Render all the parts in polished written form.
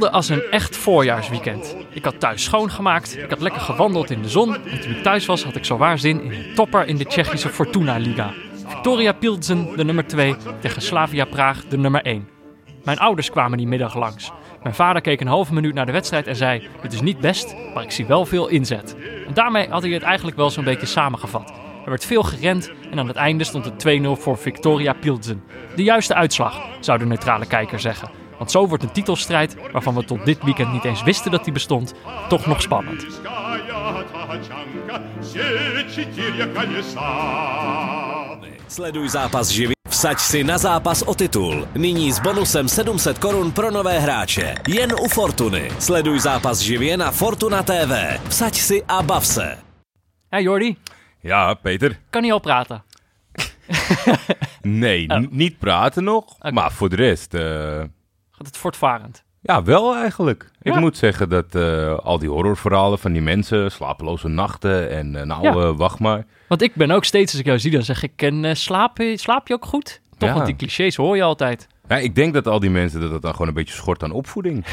voelde als een echt voorjaarsweekend. Ik had thuis schoongemaakt, ik had lekker gewandeld in de zon en toen ik thuis was had ik zowaar zin in een topper in de Tsjechische Fortuna Liga. Viktoria Pilsen, de nummer 2, tegen Slavia Praag, de nummer 1. Mijn ouders kwamen die middag langs. Mijn vader keek een halve minuut naar de wedstrijd en zei: het is niet best, maar ik zie wel veel inzet. En daarmee had hij het eigenlijk wel zo'n beetje samengevat. Er werd veel gerend en aan het einde stond het 2-0 voor Viktoria Pilsen. De juiste uitslag, zou de neutrale kijker zeggen. Want zo wordt een titelstrijd, waarvan we tot dit weekend niet eens wisten dat die bestond, toch nog spannend. Sleduj zápas živě. Vsaď si na zápas o titul. Nyní s bonusem 700 korun pro nové hráče. Jen u Fortuny. Sleduj zápas živě na Fortuna TV. Vsaď si a bav se. Ja, Jordi? Ja, Peter. Kan niet al praten? Nee, niet praten nog. Okay. Maar voor de rest... Gaat het voortvarend? Ja, wel eigenlijk. Ja? Ik moet zeggen dat al die horrorverhalen van die mensen, slapeloze nachten en wacht maar. Want ik ben ook steeds, als ik jou zie, dan zeg ik, slaap je ook goed? Toch, Ja. want die clichés hoor je altijd. Ja, ik denk dat al die mensen dat het dan gewoon een beetje schort aan opvoeding.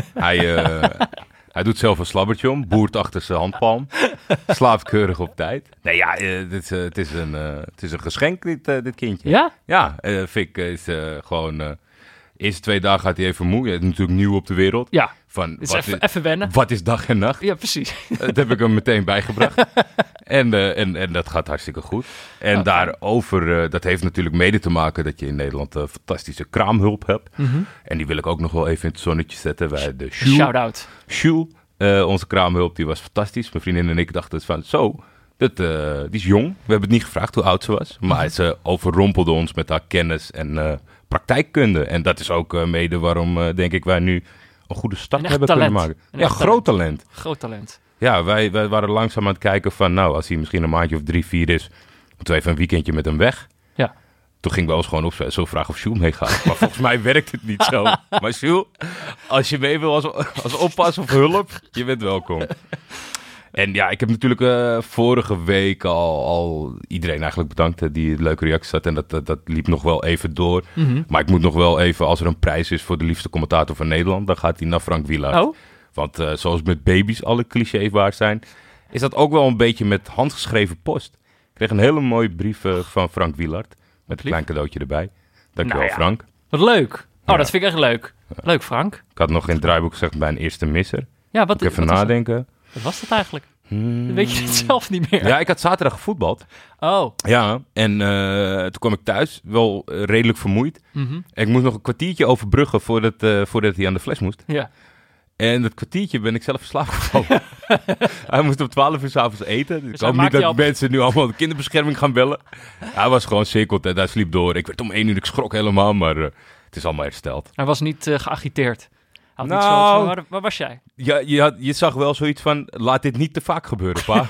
Hij doet zelf een slabbertje om, boert achter zijn handpalm, slaapt keurig op tijd. Nee ja, het is een geschenk dit kindje. Ja? Ja, Fik is gewoon... eerste 2 dagen gaat hij even moe. Hij is natuurlijk nieuw op de wereld. Ja, Van, dus even wennen. Wat is dag en nacht? Ja, precies. Dat heb ik hem meteen bijgebracht. En dat gaat hartstikke goed. En daarover, dat heeft natuurlijk mede te maken dat je in Nederland fantastische kraamhulp hebt. Mm-hmm. En die wil ik ook nog wel even in het zonnetje zetten. Wij de Jules. Shout-out. Jules, onze kraamhulp, die was fantastisch. Mijn vriendin en ik dachten van die is jong. We hebben het niet gevraagd hoe oud ze was. Maar ze overrompelde ons met haar kennis en praktijkkunde. En dat is ook mede waarom, denk ik, wij nu een goede start hebben kunnen maken. Ja, groot talent. Groot talent. Ja, wij waren langzaam aan het kijken van, nou, als hij misschien een maandje of 3, 4 is, moeten we even een weekendje met hem weg. Ja. Toen ging bij ons gewoon op zo vragen of Jules meegaat. Maar volgens mij werkt het niet zo. Maar Jules, als je mee wil als oppas of hulp, je bent welkom. En ja, ik heb natuurlijk vorige week al iedereen eigenlijk bedankt die leuke reacties had. En dat liep nog wel even door. Mm-hmm. Maar ik moet nog wel even, als er een prijs is voor de liefste commentator van Nederland, dan gaat die naar Frank Wielaert. Oh? Want zoals met baby's alle clichés waar zijn, is dat ook wel een beetje met handgeschreven post. Ik kreeg een hele mooie brief van Frank Wielaert. Met een klein cadeautje erbij. Dankjewel, Nou ja. Frank. Wat leuk. Oh, Ja. dat vind ik echt leuk. Leuk, Frank. Ik had nog in het draaiboek gezegd bij een eerste misser. Ja, Moet ik even wat is nadenken. dat? Wat was dat eigenlijk? Weet je het zelf niet meer? Ja, ik had zaterdag gevoetbald. Oh. Ja, en toen kwam ik thuis, wel redelijk vermoeid. Mhm. En ik moest nog een kwartiertje overbruggen voordat hij aan de fles moest. Ja. En dat kwartiertje ben ik zelf in slaap gevallen. Hij moest om 12 uur 's avonds eten. Dus ik hij hoop niet maakte dat je mensen nu allemaal de kinderbescherming gaan bellen. Hij was gewoon cirkeld en hij sliep door. Ik werd om 1 uur, ik schrok helemaal, maar het is allemaal hersteld. Hij was niet geagiteerd. Hij had Nou. niet zo, waar was jij? Ja, je zag wel zoiets van, laat dit niet te vaak gebeuren, pa.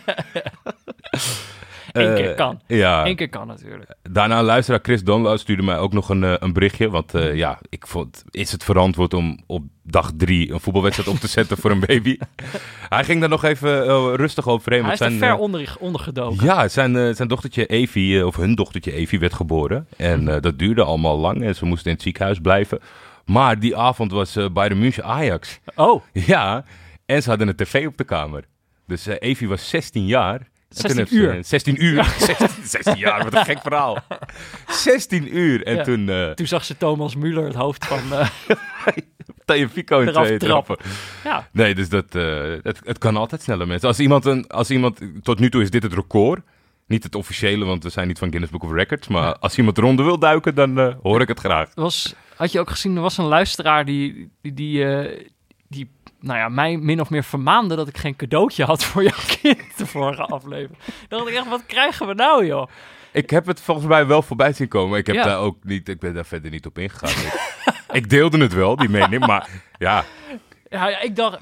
Eén keer kan. Ja. Eén keer kan natuurlijk. Daarna luisteraar Chris Donlau stuurde mij ook nog een berichtje. Want ik vond, is het verantwoord om op dag 3 een voetbalwedstrijd op te zetten voor een baby? Hij ging daar nog even rustig overheen. Hij is er ver ondergedoken. Ja, zijn dochtertje Evie, of hun dochtertje Evie, werd geboren. En dat duurde allemaal lang en ze moesten in het ziekenhuis blijven. Maar die avond was Bayern München Ajax. Oh, Ja, en ze hadden een tv op de kamer. Dus Evie was 16 jaar. 16 uur. 16 uur. 16 jaar, wat een gek verhaal. 16 uur. En Ja. Toen zag ze Thomas Müller het hoofd van Tagliafico in eraf 2 trappen. trappen. Ja. Nee, dus het kan altijd sneller, mensen. Als iemand, tot nu toe is dit het record. Niet het officiële, want we zijn niet van Guinness Book of Records. Maar als iemand eronder wil duiken, dan hoor ik het graag. Had je ook gezien, er was een luisteraar die nou ja, mij min of meer vermaande dat ik geen cadeautje had voor jouw kind de vorige aflevering. Dan dacht ik echt, wat krijgen we nou, joh? Ik heb het volgens mij wel voorbij zien komen. Ik heb Ja. daar ook niet, ik ben daar verder niet op ingegaan. Ik deelde het wel, die mening, maar ja. Ja, ik dacht,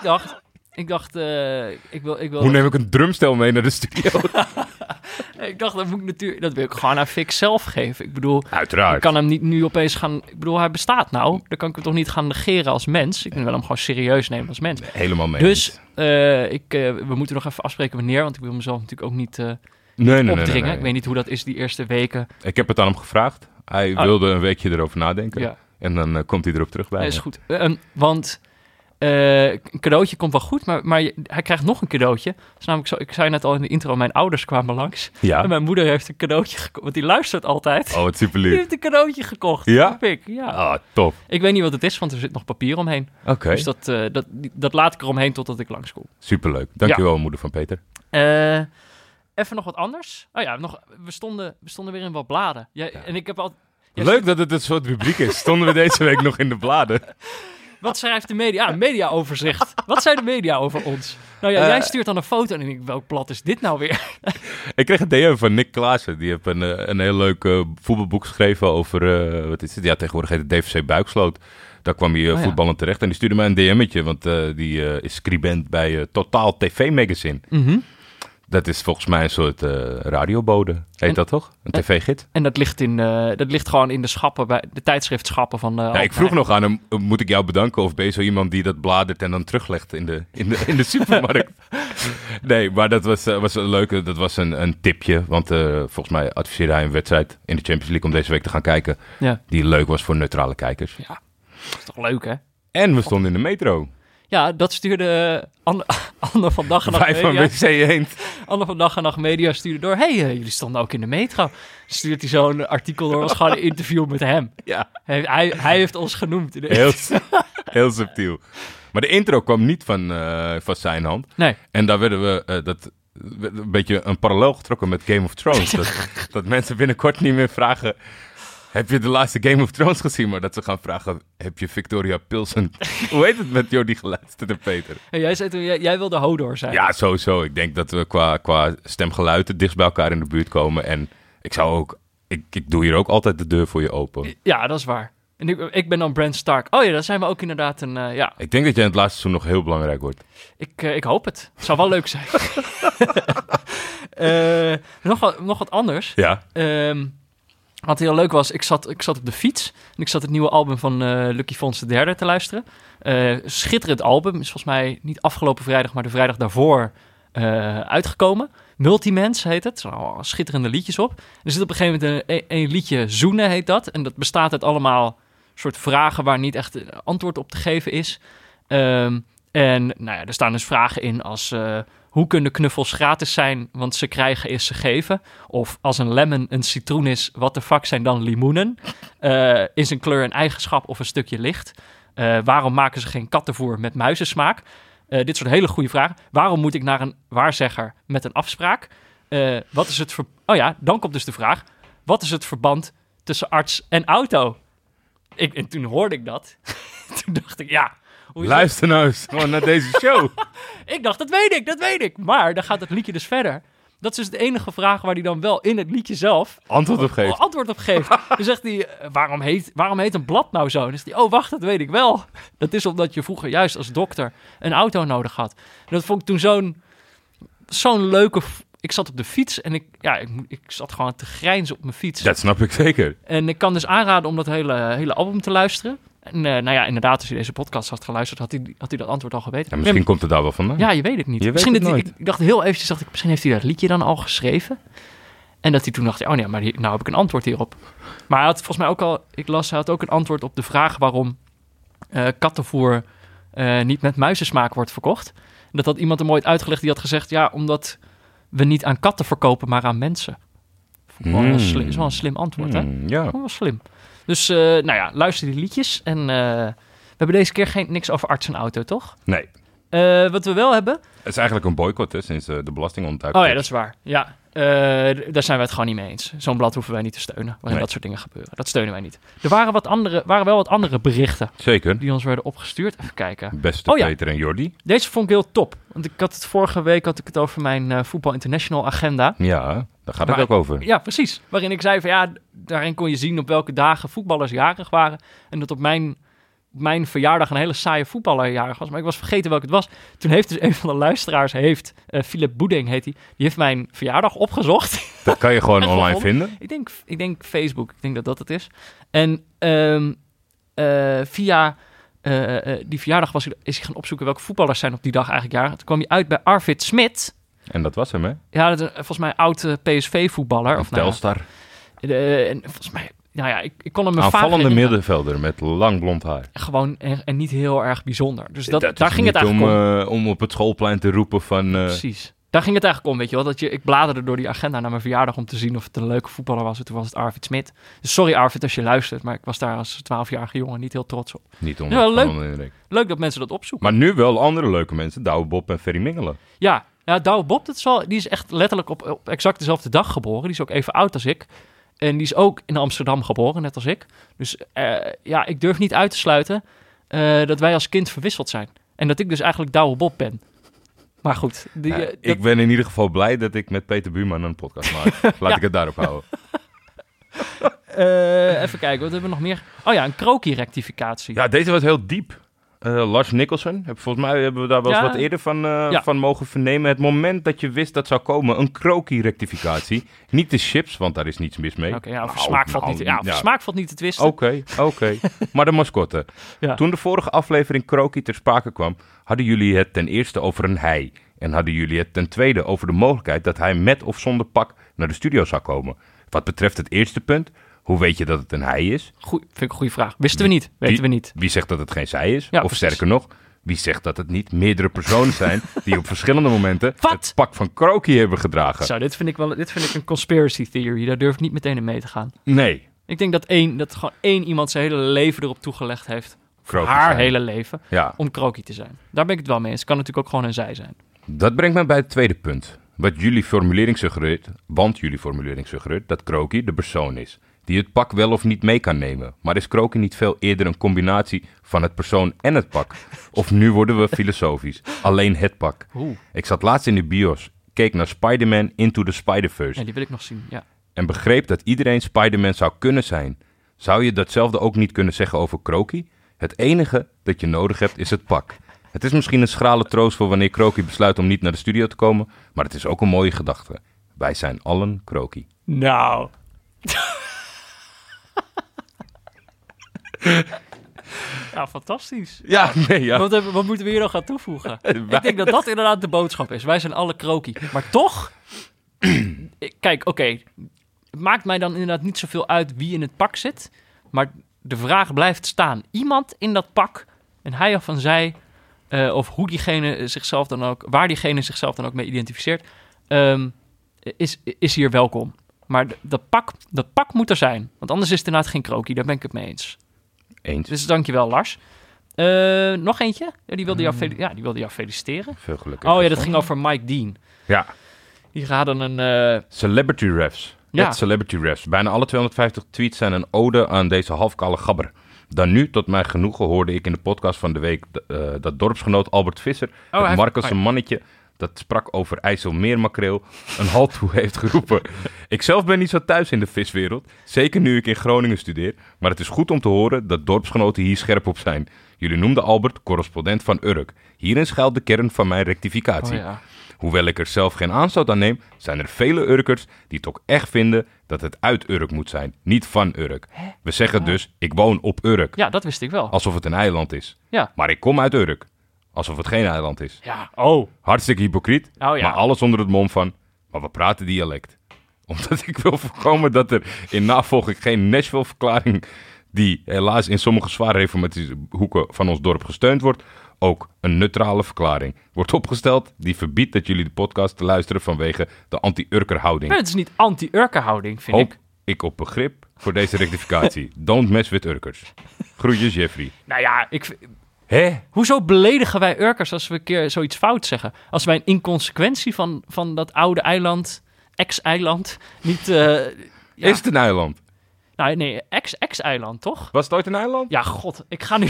ik wil Hoe neem ik een drumstel mee naar de studio? ik dacht, dat wil ik gewoon aan Fik zelf geven. Ik bedoel, Uiteraard. ik kan hem niet nu opeens gaan... Ik bedoel, hij bestaat nou. Dan kan ik hem toch niet gaan negeren als mens. Ik wil hem gewoon serieus nemen als mens. Helemaal mee. Dus we moeten nog even afspreken wanneer. Want ik wil mezelf natuurlijk ook niet nee. opdringen. Ik weet niet hoe dat is die eerste weken. Ik heb het aan hem gevraagd. Hij wilde een weekje erover nadenken. Ja. En dan komt hij erop terug bij. Nee, is goed. Want een cadeautje komt wel goed, maar hij krijgt nog een cadeautje. Dat is namelijk zo, ik zei net al in de intro, mijn ouders kwamen langs. Ja? En mijn moeder heeft een cadeautje gekocht, want die luistert altijd. Oh, wat super Die lief. heeft een cadeautje gekocht. Ja? Snap ik, ja. Ah, top. Ik weet niet wat het is, want er zit nog papier omheen. Oké, Dus dat laat ik eromheen totdat ik langskom. superleuk. Dankjewel, moeder van Peter. Even nog wat anders. Oh ja, we stonden weer in wat bladen. En ik heb al. Leuk dat het een soort rubriek is. Stonden we deze week nog in de bladen? Wat schrijft de media? Mediaoverzicht. Wat zei de media over ons? Nou ja, jij stuurt dan een foto en ik denk, welk blad is dit nou weer? Ik kreeg een DM van Nick Klaassen. Die heeft een heel leuk voetbalboek geschreven over, wat is het? Ja, tegenwoordig heet het DVC Buiksloot. Daar kwam hij voetballend terecht. En die stuurde mij een DM'tje, want die is scribent bij Totaal TV Magazine. Mm-hmm. Dat is volgens mij een soort radiobode. Heet dat toch? Een tv-gids? En dat ligt gewoon in de schappen, bij de tijdschriftschappen van... Ja, ik vroeg nog aan hem, moet ik jou bedanken of ben je zo iemand die dat bladert en dan teruglegt in de supermarkt? Nee, maar dat was een leuke, dat was een tipje. Want volgens mij adviseerde hij een wedstrijd in de Champions League om deze week te gaan kijken. Ja. Die leuk was voor neutrale kijkers. Ja, dat is toch leuk, hè? En we stonden in de metro. Ja, dat stuurde Anne van Dag en Nacht Wij van Media. WC Eend. Anne van Dag en Nacht Media stuurde door. Jullie stonden ook in de metro. Stuurt hij zo'n artikel door. Was gewoon een interview met hem. Ja. Hij heeft ons genoemd. Heel subtiel. Maar de intro kwam niet van zijn hand. Nee. En daar werden we een beetje een parallel getrokken met Game of Thrones. dat mensen binnenkort niet meer vragen... Heb je de laatste Game of Thrones gezien? Maar dat ze gaan vragen, heb je Victoria Pilsen... Hoe heet het met Jordi Geluidster en Peter? En jij zei toen, jij wilde Hodor zijn. Ja, sowieso. Ik denk dat we qua stemgeluid het dichtst bij elkaar in de buurt komen. En ik zou ook... Ik doe hier ook altijd de deur voor je open. Ja, dat is waar. En ik ben dan Bran Stark. Oh ja, dan zijn we ook inderdaad een... ja. Ik denk dat jij in het laatste seizoen nog heel belangrijk wordt. Ik hoop het. Het zou wel leuk zijn. Nog wat anders. Ja. Wat heel leuk was, ik zat op de fiets en ik zat het nieuwe album van Lucky Fons III te luisteren. Schitterend album, is volgens mij niet afgelopen vrijdag, maar de vrijdag daarvoor uitgekomen. Multimens heet het, er zijn schitterende liedjes op. Er zit op een gegeven moment een liedje Zoenen heet dat. En dat bestaat uit allemaal soort vragen waar niet echt antwoord op te geven is. En nou ja, er staan dus vragen in als... hoe kunnen knuffels gratis zijn, want ze krijgen is ze geven? Of als een lemon een citroen is, wat de fuck zijn dan limoenen? Is een kleur een eigenschap of een stukje licht? Waarom maken ze geen kattenvoer met muizensmaak? Dit soort hele goede vragen. Waarom moet ik naar een waarzegger met een afspraak? Wat is het Oh ja, dan komt dus de vraag. Wat is het verband tussen arts en auto? En toen hoorde ik dat. Toen dacht ik, ja... Luister nou eens gewoon naar deze show. Ik dacht, dat weet ik. Maar dan gaat het liedje dus verder. Dat is dus de enige vraag waar hij dan wel in het liedje zelf... Antwoord op geeft. Dan zegt hij, waarom heet een blad nou zo? Dan zegt hij, oh wacht, dat weet ik wel. Dat is omdat je vroeger juist als dokter een auto nodig had. En dat vond ik toen zo'n leuke... Ik zat op de fiets en ik zat gewoon te grijnzen op mijn fiets. Dat snap ik zeker. En ik kan dus aanraden om dat hele album te luisteren. En nou ja, inderdaad, als je deze podcast had geluisterd, had hij dat antwoord al geweten. En misschien komt het daar wel vandaan. Ja, je weet het niet. Ik dacht heel eventjes, misschien heeft hij dat liedje dan al geschreven. En dat hij toen dacht, oh nee, maar nou heb ik een antwoord hierop. Maar hij had volgens mij ook al, hij had ook een antwoord op de vraag waarom kattenvoer niet met muizensmaak wordt verkocht. En dat had iemand hem ooit uitgelegd, die had gezegd, ja, omdat we niet aan katten verkopen, maar aan mensen. Is wel een slim antwoord, hè? Ja. Wel slim. Dus, nou ja, luister die liedjes. En we hebben deze keer niks over arts en auto, toch? Nee. Wat we wel hebben... Het is eigenlijk een boycott, hè, sinds de belasting ontduikt. Oh ja, dat is waar. Ja, daar zijn wij het gewoon niet mee eens. Zo'n blad hoeven wij niet te steunen, waarin dat soort dingen gebeuren. Dat steunen wij niet. Er waren wel wat andere berichten. Zeker. Die ons werden opgestuurd. Even kijken. Beste Peter en Jordi. Deze vond ik heel top. Want vorige week had ik het over mijn Voetbal International agenda. Ja, daar gaat het ook over. Ja, precies. Waarin ik zei van ja, daarin kon je zien op welke dagen voetballers jarig waren. En dat op mijn verjaardag een hele saaie voetballer jarig was. Maar ik was vergeten welke het was. Toen heeft dus een van de luisteraars, Philip Boeding heet hij, die heeft mijn verjaardag opgezocht. Dat kan je gewoon online vinden? Ik denk Facebook. Ik denk dat het is. En via die verjaardag is hij gaan opzoeken welke voetballers zijn op die dag eigenlijk jarig. Toen kwam hij uit bij Arvid Smit. En dat was hem, hè? Ja, dat is volgens mij oud PSV-voetballer. Of Telstar. En volgens mij Nou ja, ik kon hem me vaak Aanvallende herinneren. middenvelder met lang blond haar. Gewoon en niet heel erg bijzonder. Dus daar is ging het niet eigenlijk om. om op het schoolplein te roepen van... Precies. Daar ging het eigenlijk om, weet je wel. Ik bladerde door die agenda naar mijn verjaardag om te zien of het een leuke voetballer was. En toen was het Arvid Smit. Dus sorry Arvid als je luistert, maar ik was daar als 12-jarige jongen niet heel trots op. Niet Ja, onder leuk. onder de indruk. Leuk dat mensen dat opzoeken. Maar nu wel andere leuke mensen. Douwe Bob en Ferry Mingelen. Ja, Douwe Bob, die is echt letterlijk op exact dezelfde dag geboren. Die is ook even oud als ik. En die is ook in Amsterdam geboren, net als ik. Dus ik durf niet uit te sluiten dat wij als kind verwisseld zijn. En dat ik dus eigenlijk Douwe Bob ben. Maar goed. Ik ben in ieder geval blij dat ik met Peter Buurman een podcast maak. Laat ik het daarop houden. Even kijken, wat hebben we nog meer? Oh ja, een Kroki-rectificatie. Ja, deze was heel diep. Lars Nicholson, volgens mij hebben we daar wel eens wat eerder van mogen vernemen. Het moment dat je wist dat zou komen, een Kroki-rectificatie. Niet de chips, want daar is niets mis mee. Oké, over smaak valt niet. Ja, over smaak valt niet te twisten. Oké. Maar de mascotte. Ja. Toen de vorige aflevering Kroki ter sprake kwam, hadden jullie het ten eerste over een hij. En hadden jullie het ten tweede over de mogelijkheid dat hij met of zonder pak naar de studio zou komen. Wat betreft het eerste punt, hoe weet je dat het een hij is? Vind ik een goede vraag. Wisten we niet. Weten we niet. Wie zegt dat het geen zij is? Ja, of precies. sterker nog, wie zegt dat het niet meerdere personen zijn die op verschillende momenten Wat? het pak van Kroki hebben gedragen? Zo, dit vind ik een conspiracy theory. Daar durf ik niet meteen in mee te gaan. Nee. Ik denk dat gewoon één iemand zijn hele leven erop toegelegd heeft. Kroki haar zijn. hele leven. Ja. Om Kroki te zijn. Daar ben ik het wel mee eens. Het kan natuurlijk ook gewoon een zij zijn. Dat brengt me bij het tweede punt. Want jullie formulering suggereert dat Kroki de persoon is die het pak wel of niet mee kan nemen. Maar is Kroki niet veel eerder een combinatie van het persoon en het pak? Of nu worden we filosofisch. Alleen het pak. Oeh. Ik zat laatst in de bios, keek naar Spider-Man Into the Spider-Verse Ja, die wil ik nog zien. Ja. en begreep dat iedereen Spider-Man zou kunnen zijn. Zou je datzelfde ook niet kunnen zeggen over Kroki? Het enige dat je nodig hebt is het pak. Het is misschien een schrale troost voor wanneer Kroki besluit om niet naar de studio te komen, maar het is ook een mooie gedachte. Wij zijn allen Kroki. Nou. Ja, fantastisch. Ja, nee, ja. Wat moeten we hier nog aan toevoegen? Ik denk dat dat inderdaad de boodschap is. Wij zijn alle Kroki. Maar toch... Kijk, oké. Het maakt mij dan inderdaad niet zoveel uit wie in het pak zit. Maar de vraag blijft staan. Iemand in dat pak, en hij of een zij... of hoe diegene zichzelf dan ook... waar diegene zichzelf dan ook mee identificeert... is hier welkom. Maar dat pak moet er zijn. Want anders is het inderdaad geen Kroki. Daar ben ik het mee eens. Eens. Dus dankjewel, Lars. Nog eentje? Ja, die wilde jou feliciteren. Veel geluk. Oh ja, dat ging over Mike Dean. Ja. Die hadden een... Celebrity refs. Ja. Celebrity refs. Bijna alle 250 tweets zijn een ode aan deze halfkalle gabber. Dan nu, tot mijn genoegen, hoorde ik in de podcast van de week dat dorpsgenoot Albert Visser, het Marcus een mannetje dat sprak over IJsselmeermakreel, een halt toe heeft geroepen. Ik zelf ben niet zo thuis in de viswereld, zeker nu ik in Groningen studeer, maar het is goed om te horen dat dorpsgenoten hier scherp op zijn. Jullie noemden Albert correspondent van Urk. Hierin schuilt de kern van mijn rectificatie. Oh ja. Hoewel ik er zelf geen aanstoot aan neem, zijn er vele Urkers die toch echt vinden dat het uit Urk moet zijn, niet van Urk. We zeggen dus, ik woon op Urk, Ja, dat wist ik wel. alsof het een eiland is. Ja. Maar ik kom uit Urk, alsof het geen eiland is. Ja, oh. Hartstikke hypocriet, Oh ja. maar alles onder het mom van, maar we praten dialect. Omdat ik wil voorkomen dat er in navolging geen Nashville-verklaring, die helaas in sommige zwaar reformatische hoeken van ons dorp gesteund wordt, ook een neutrale verklaring wordt opgesteld die verbiedt dat jullie de podcast te luisteren vanwege de anti-Urker houding. Maar het is niet anti-Urker houding, vind Hoop ik. ik op begrip voor deze rectificatie. Don't mess with Urkers. Groetjes, Jeffrey. Nou ja, Hè? hoezo beledigen wij Urkers als we een keer zoiets fout zeggen? Als wij een inconsequentie van dat oude eiland, ex-eiland, niet... ja. Is het een eiland? Nou, nee, ex-eiland, toch? Was het ooit een eiland? Ja, god, ik ga nu...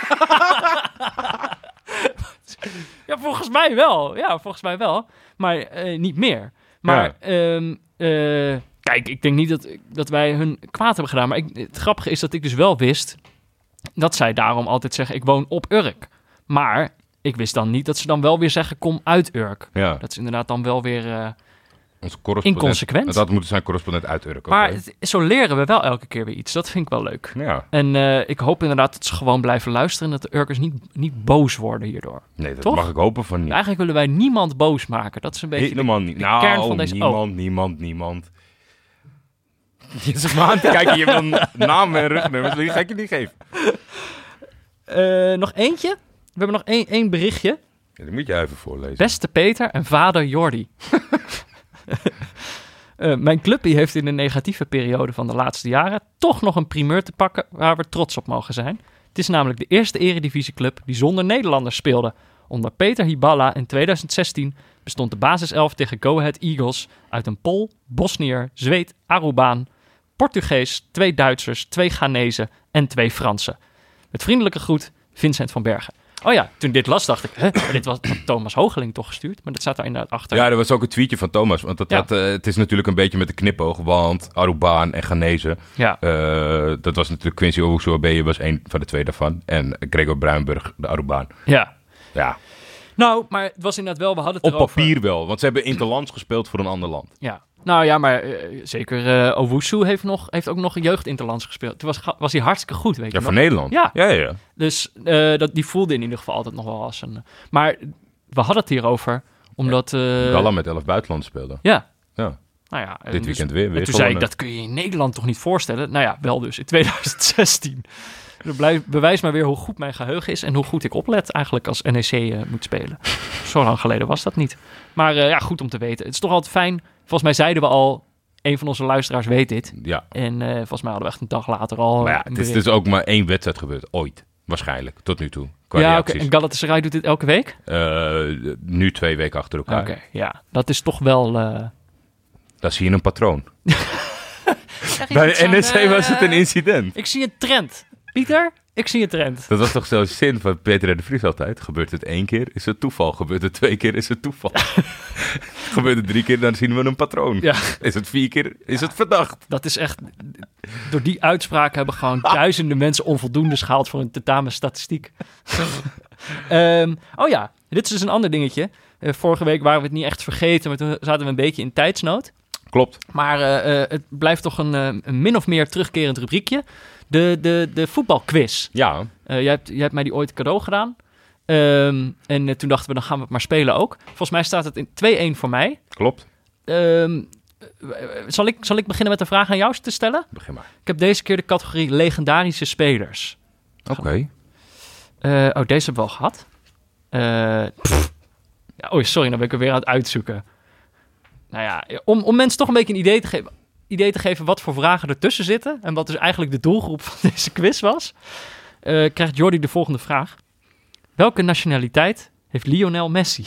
Ja, volgens mij wel. Ja, volgens mij wel. Maar niet meer. Maar, kijk, ik denk niet dat wij hun kwaad hebben gedaan. Maar het grappige is dat ik dus wel wist dat zij daarom altijd zeggen, ik woon op Urk. Maar ik wist dan niet dat ze dan wel weer zeggen, kom uit Urk. Ja. Dat is inderdaad dan wel weer... Onze correspondent. Inconsequent. Het had moeten zijn correspondent uit Urk. Maar zo leren we wel elke keer weer iets. Dat vind ik wel leuk. Ja. En ik hoop inderdaad dat ze gewoon blijven luisteren en dat de Urkers niet boos worden hierdoor. Nee, dat Toch? mag ik hopen van niet. Eigenlijk willen wij niemand boos maken. Dat is een beetje Helemaal niet. de kern van deze... niemand. Je zit me aan te kijken, je wil namen en rugnummers. Die ga ik je niet geven. Nog eentje. We hebben nog één berichtje. Ja, die moet je even voorlezen. Beste Peter en vader Jordi. Mijn clubje heeft in de negatieve periode van de laatste jaren toch nog een primeur te pakken waar we trots op mogen zijn. Het is namelijk de eerste eredivisieclub die zonder Nederlanders speelde. Onder Peter Hiballa in 2016 bestond de basiself tegen Go Ahead Eagles uit een Pool, Bosniër, Zweed, Arubaan, Portugees, 2 Duitsers, 2 Ghanezen en 2 Fransen. Met vriendelijke groet, Vincent van Bergen. Oh ja, toen dit las dacht ik, maar dit was Thomas Hoogeling toch gestuurd? Maar dat staat daar inderdaad achter. Ja, er was ook een tweetje van Thomas. Want het is natuurlijk een beetje met de knipoog. Want Arubaan en Ghanese. Ja. Dat was natuurlijk Quincy Owusu-Obeye was een van de 2 daarvan. En Gregor Bruinburg, de Arubaan. Ja. Ja. Nou, maar het was inderdaad wel, we hadden het Op erover. papier wel, want ze hebben interlands gespeeld voor een ander land. Ja. Nou ja, maar zeker Owusu heeft ook nog een jeugdinterlands gespeeld. Toen was hij hartstikke goed, weet je Ja, nog? voor Nederland. Ja. Ja. Dus die voelde in ieder geval altijd nog wel als een... Maar we hadden het hierover, omdat... Galla met 11 buitenlanders speelde. Ja. Ja. Nou ja, Dit weekend weer en toen zei ik, dat kun je in Nederland toch niet voorstellen? Nou ja, wel dus, in 2016. Bewijs maar weer hoe goed mijn geheugen is en hoe goed ik oplet eigenlijk als NEC moet spelen. Zo lang geleden was dat niet. Maar ja, goed om te weten. Het is toch altijd fijn. Volgens mij zeiden we al, een van onze luisteraars weet dit. Ja. En volgens mij hadden we echt een dag later al... Maar ja, het is dus ook maar 1 wedstrijd gebeurd. Ooit. Waarschijnlijk. Tot nu toe. Qua ja, reacties. oké. En Galatasaray doet dit elke week? Nu 2 weken achter elkaar. Oké, ja. Dat is toch wel... Daar zie je een patroon. Bij de NEC was het een incident. Ik zie een trend. Pieter, ik zie een trend. Dat was toch zo'n zin van Peter en de Vries altijd. Gebeurt het 1 keer, is het toeval. Gebeurt het 2 keer, is het toeval. Gebeurt het 3 keer, dan zien we een patroon. Ja. Is het 4 keer, is het verdacht. Dat is echt... Door die uitspraak hebben gewoon duizenden mensen onvoldoendes gehaald voor een tentamenstatistiek. Oh ja, dit is dus een ander dingetje. Vorige week waren we het niet echt vergeten, maar toen zaten we een beetje in tijdsnood. Klopt. Maar het blijft toch een min of meer terugkerend rubriekje. De voetbalquiz. Ja. Jij hebt mij die ooit cadeau gedaan. En toen dachten we, dan gaan we het maar spelen ook. Volgens mij staat het in 2-1 voor mij. Klopt. Zal ik beginnen met een vraag aan jou te stellen? Begin maar. Ik heb deze keer de categorie legendarische spelers. Oké. Deze hebben we al gehad. Ja, sorry, dan ben ik er weer aan het uitzoeken. Nou ja, om mensen toch een beetje een idee te geven wat voor vragen ertussen zitten en wat dus eigenlijk de doelgroep van deze quiz was, krijgt Jordi de volgende vraag. Welke nationaliteit heeft Lionel Messi?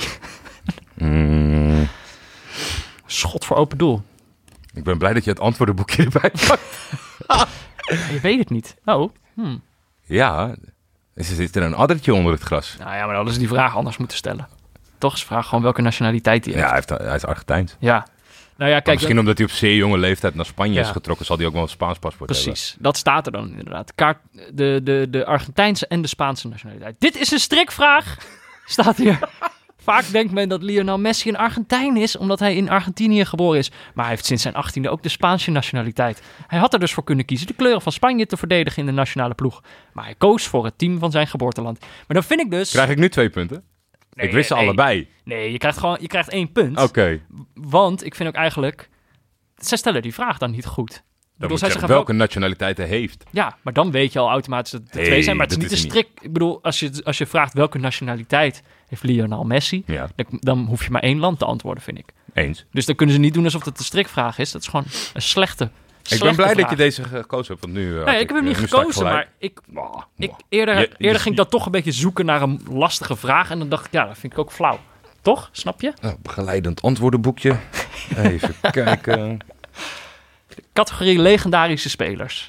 Schot voor open doel. Ik ben blij dat je het antwoordenboekje erbij pakt. Je weet het niet. Oh. Ja, zit er een addertje onder het gras? Nou ja, maar dan hadden ze die vraag anders moeten stellen. Toch is de vraag gewoon welke nationaliteit hij heeft. Ja, hij is Argentijns. Ja. Nou ja, kijk, misschien omdat hij op zeer jonge leeftijd naar Spanje is getrokken, zal hij ook wel een Spaans paspoort hebben. Precies, dat staat er dan inderdaad. De Argentijnse en de Spaanse nationaliteit. Dit is een strikvraag, staat hier. Vaak denkt men dat Lionel Messi een Argentijn is, omdat hij in Argentinië geboren is. Maar hij heeft sinds zijn 18e ook de Spaanse nationaliteit. Hij had er dus voor kunnen kiezen de kleuren van Spanje te verdedigen in de nationale ploeg. Maar hij koos voor het team van zijn geboorteland. Maar dan vind ik dus... Krijg ik nu 2 punten? Nee, ik wist ze allebei. Nee, je krijgt 1 punt. Oké. Want ik vind ook eigenlijk... Zij stellen die vraag dan niet goed. Dan moet zeggen welke nationaliteit hij heeft. Ja, maar dan weet je al automatisch dat het 2 zijn. Maar het is niet te strikt. Ik bedoel, als je vraagt welke nationaliteit heeft Lionel Messi... Ja. Dan hoef je maar 1 land te antwoorden, vind ik. Eens. Dus dan kunnen ze niet doen alsof het een strikvraag is. Dat is gewoon een slechte Ik ben blij vraag. dat je deze gekozen hebt. Want nu, nee, ik heb hem niet gekozen, maar eerder ging ik dat toch een beetje zoeken naar een lastige vraag. En dan dacht ik, ja, dat vind ik ook flauw. Toch? Snap je? Begeleidend antwoordenboekje. Even kijken. Categorie legendarische spelers.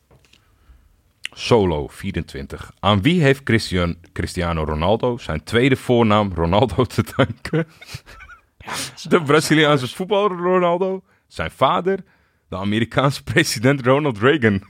Solo 24. Aan wie heeft Cristiano Ronaldo zijn tweede voornaam Ronaldo te danken? Ja, de Braziliaanse voetballer Ronaldo, zijn vader, de Amerikaanse president Ronald Reagan.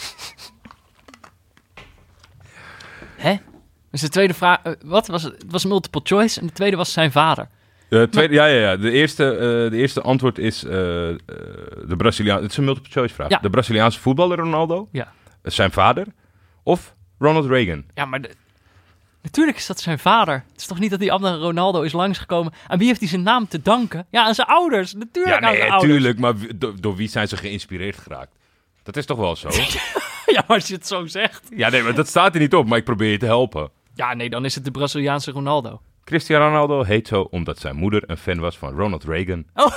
Hè? Dus de tweede vraag, wat was het? Het was multiple choice en de tweede was zijn vader. Ja. De eerste antwoord is de Braziliaanse. Het is een multiple choice vraag. Ja. De Braziliaanse voetballer Ronaldo. Ja. Zijn vader of Ronald Reagan. Ja, maar Natuurlijk is dat zijn vader. Het is toch niet dat die andere Ronaldo is langsgekomen? Aan wie heeft hij zijn naam te danken? Ja, aan zijn ouders. Natuurlijk aan zijn ouders. Tuurlijk, maar door wie zijn ze geïnspireerd geraakt? Dat is toch wel zo? Ja, maar als je het zo zegt. Ja, nee, maar dat staat er niet op, maar ik probeer je te helpen. Ja, nee, dan is het de Braziliaanse Ronaldo. Cristiano Ronaldo heet zo omdat zijn moeder een fan was van Ronald Reagan. Oh.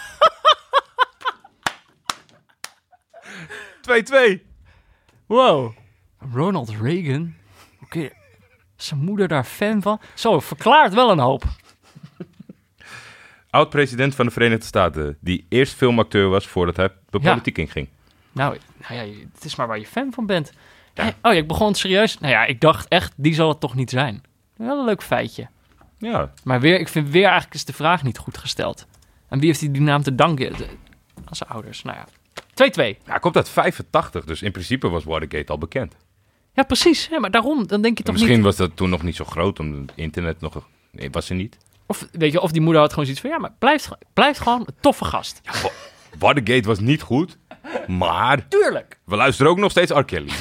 2-2. Wow. Ronald Reagan? Oké. Zijn moeder daar fan van? Zo, verklaart wel een hoop. Oud-president van de Verenigde Staten, die eerst filmacteur was voordat hij de politiek inging. Nou ja, het is maar waar je fan van bent. Ja. Oh ja, ik begon serieus. Nou ja, ik dacht echt, die zal het toch niet zijn. Wel een leuk feitje. Ja. Maar ik vind weer eigenlijk is de vraag niet goed gesteld. En wie heeft hij die naam te danken? Aan zijn ouders. Nou ja, 2-2. Ja, hij komt uit 85, dus in principe was Watergate al bekend. Ja, precies. Ja, maar daarom, dan denk je toch Misschien niet... was dat toen nog niet zo groot, omdat het internet nog... Nee, was er niet. Of, weet je, of die moeder had gewoon zoiets van... Ja, maar blijft gewoon een toffe gast. Ja, Watergate was niet goed, maar... Tuurlijk. We luisteren ook nog steeds R. Kelly.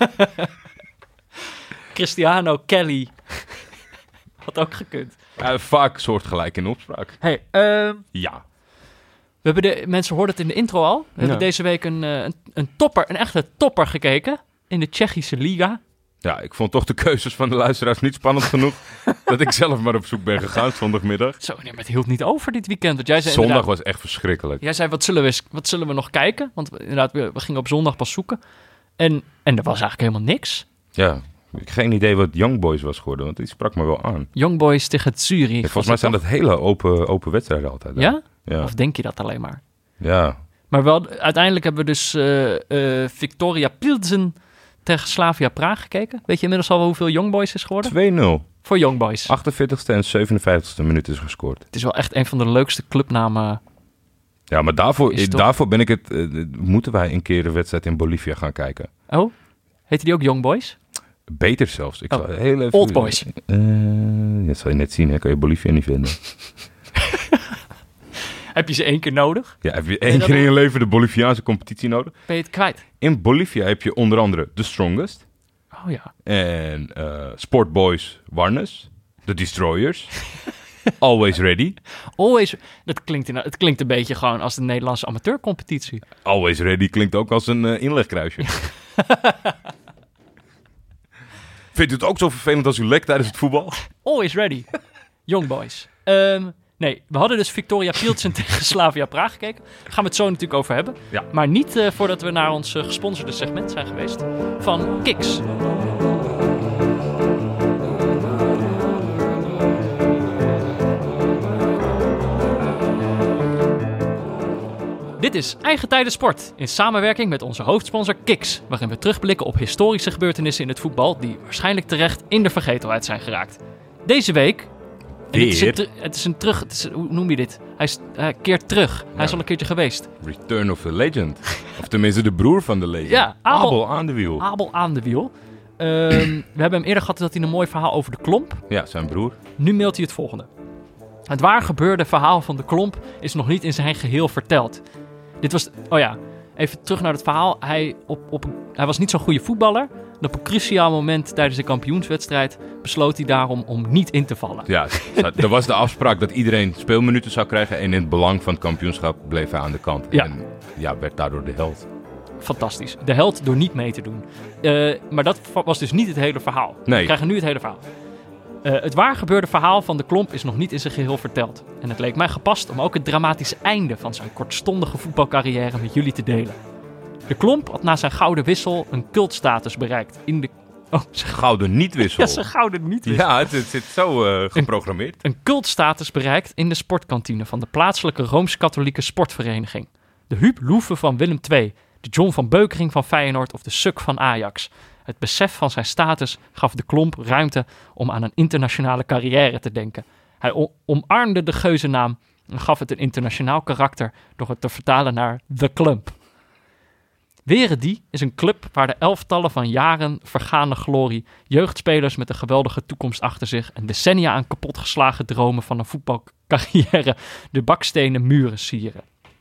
Cristiano Kelly. Had ook gekund. Vaak soortgelijk in opspraak. Hey, Ja. we hebben mensen hoorden het in de intro al. We hebben deze week een topper, een echte topper gekeken. In de Tsjechische Liga. Ja, ik vond toch de keuzes van de luisteraars niet spannend genoeg... dat ik zelf maar op zoek ben gegaan zondagmiddag. Zo, nee, maar het hield niet over dit weekend. Want jij zei Zondag was echt verschrikkelijk. Jij zei, wat zullen we nog kijken? Want we gingen op zondag pas zoeken. En er was eigenlijk helemaal niks. Ja, ik heb geen idee wat Young Boys was geworden, want die sprak me wel aan. Young Boys tegen Zurich. Ja, volgens mij zijn dat hele open wedstrijden altijd. Hè? Ja? Ja? Of denk je dat alleen maar? Ja. Maar wel, uiteindelijk hebben we dus Victoria Pilsen tegen Slavia Praag gekeken. Weet je inmiddels al hoeveel Young Boys is geworden? 2-0. Voor Young Boys. 48ste en 57ste minuut is gescoord. Het is wel echt een van de leukste clubnamen. Ja, maar daarvoor ben ik het... moeten wij een keer een wedstrijd in Bolivia gaan kijken. Oh? Heette die ook Young Boys? Beter zelfs. Ik zal heel even... Old Boys. Dat zal je net zien, hè? Kan je Bolivia niet vinden. Heb je ze 1 keer nodig? Ja, heb je 1 keer in je leven de Boliviaanse competitie nodig? Ben je het kwijt? In Bolivia heb je onder andere The Strongest. Oh ja. En Sport Boys Warnes. The Destroyers. Always Ready. Always. Het klinkt een beetje gewoon als de Nederlandse amateurcompetitie. Always Ready klinkt ook als een inlegkruisje. Vindt u het ook zo vervelend als u lekt tijdens het voetbal? Always Ready. Young Boys. Nee, we hadden dus Victoria Pilsen tegen Slavia Praag gekeken. Daar gaan we het zo natuurlijk over hebben. Ja. Maar niet voordat we naar ons gesponsorde segment zijn geweest van Kiks. Dit is Eigen Tijden Sport, in samenwerking met onze hoofdsponsor Kiks, waarin we terugblikken op historische gebeurtenissen in het voetbal die waarschijnlijk terecht in de vergetelheid zijn geraakt. Deze week... Hoe noem je dit? Hij keert terug. Hij is al een keertje geweest. Return of the Legend. Of tenminste de broer van de legend. Ja, Abel aan de wiel. Abel aan de wiel. We hebben hem eerder gehad dat hij een mooi verhaal over de Klomp. Ja, zijn broer. Nu mailt hij het volgende. Het waar gebeurde verhaal van de Klomp is nog niet in zijn geheel verteld. Dit was... Oh ja, even terug naar het verhaal. Hij was niet zo'n goede voetballer. En op een cruciaal moment tijdens de kampioenswedstrijd besloot hij daarom om niet in te vallen. Ja, er was de afspraak dat iedereen speelminuten zou krijgen en in het belang van het kampioenschap bleef hij aan de kant. Ja. En ja, werd daardoor de held. Fantastisch. De held door niet mee te doen. Maar dat was dus niet het hele verhaal. Nee. We krijgen nu het hele verhaal. Het waar gebeurde verhaal van de Klomp is nog niet in zijn geheel verteld. En het leek mij gepast om ook het dramatische einde van zijn kortstondige voetbalcarrière met jullie te delen. De Klomp had na zijn gouden wissel een cultstatus bereikt in de... Oh, zijn gouden niet-wissel. Ja, zijn gouden niet-wissel. Ja, het zit zo geprogrammeerd. Een cultstatus bereikt in de sportkantine van de plaatselijke Rooms-Katholieke sportvereniging. De Huub Loeven van Willem II, de John van Beukering van Feyenoord of de Suk van Ajax. Het besef van zijn status gaf de Klomp ruimte om aan een internationale carrière te denken. Hij omarmde de geuzennaam en gaf het een internationaal karakter door het te vertalen naar The Klump. Werendy is een club waar de elftallen van jaren vergane glorie, jeugdspelers met een geweldige toekomst achter zich en decennia aan kapotgeslagen dromen van een voetbalcarrière de bakstenen muren sieren.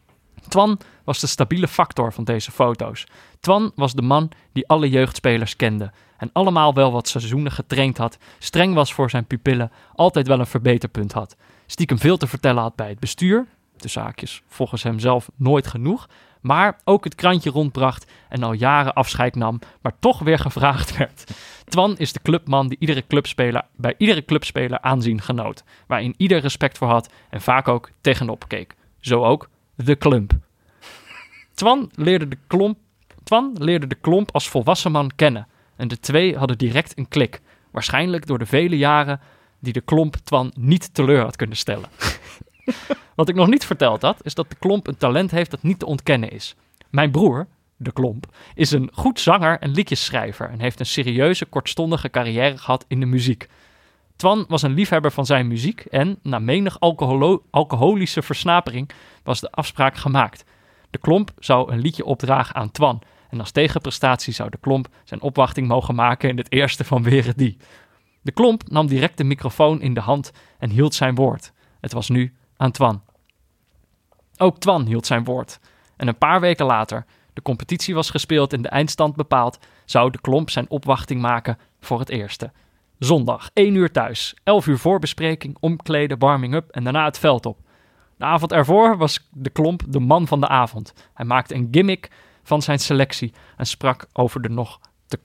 Twan was de stabiele factor van deze foto's. Twan was de man die alle jeugdspelers kende en allemaal wel wat seizoenen getraind had, streng was voor zijn pupillen, altijd wel een verbeterpunt had, stiekem veel te vertellen had bij het bestuur, tussen haakjes volgens hemzelf nooit genoeg, maar ook het krantje rondbracht en al jaren afscheid nam, maar toch weer gevraagd werd. Twan is de clubman die bij iedere clubspeler aanzien genoot, waarin ieder respect voor had en vaak ook tegenop keek. Zo ook de Klump. Twan leerde de Klomp als volwassen man kennen en de twee hadden direct een klik, waarschijnlijk door de vele jaren die de Klomp Twan niet teleur had kunnen stellen. Wat ik nog niet verteld had, is dat de Klomp een talent heeft dat niet te ontkennen is. Mijn broer, de Klomp, is een goed zanger en liedjesschrijver en heeft een serieuze, kortstondige carrière gehad in de muziek. Twan was een liefhebber van zijn muziek en, na menig alcoholische versnapering, was de afspraak gemaakt. De Klomp zou een liedje opdragen aan Twan en als tegenprestatie zou de Klomp zijn opwachting mogen maken in het eerste van Weren Die. De Klomp nam direct de microfoon in de hand en hield zijn woord. Het was nu aan Twan. Ook Twan hield zijn woord. En een paar weken later, de competitie was gespeeld en de eindstand bepaald, zou de Klomp zijn opwachting maken voor het eerste. Zondag, 1 uur thuis, 11 uur voorbespreking, omkleden, warming-up en daarna het veld op. De avond ervoor was de Klomp de man van de avond. Hij maakte een gimmick van zijn selectie en sprak over het nog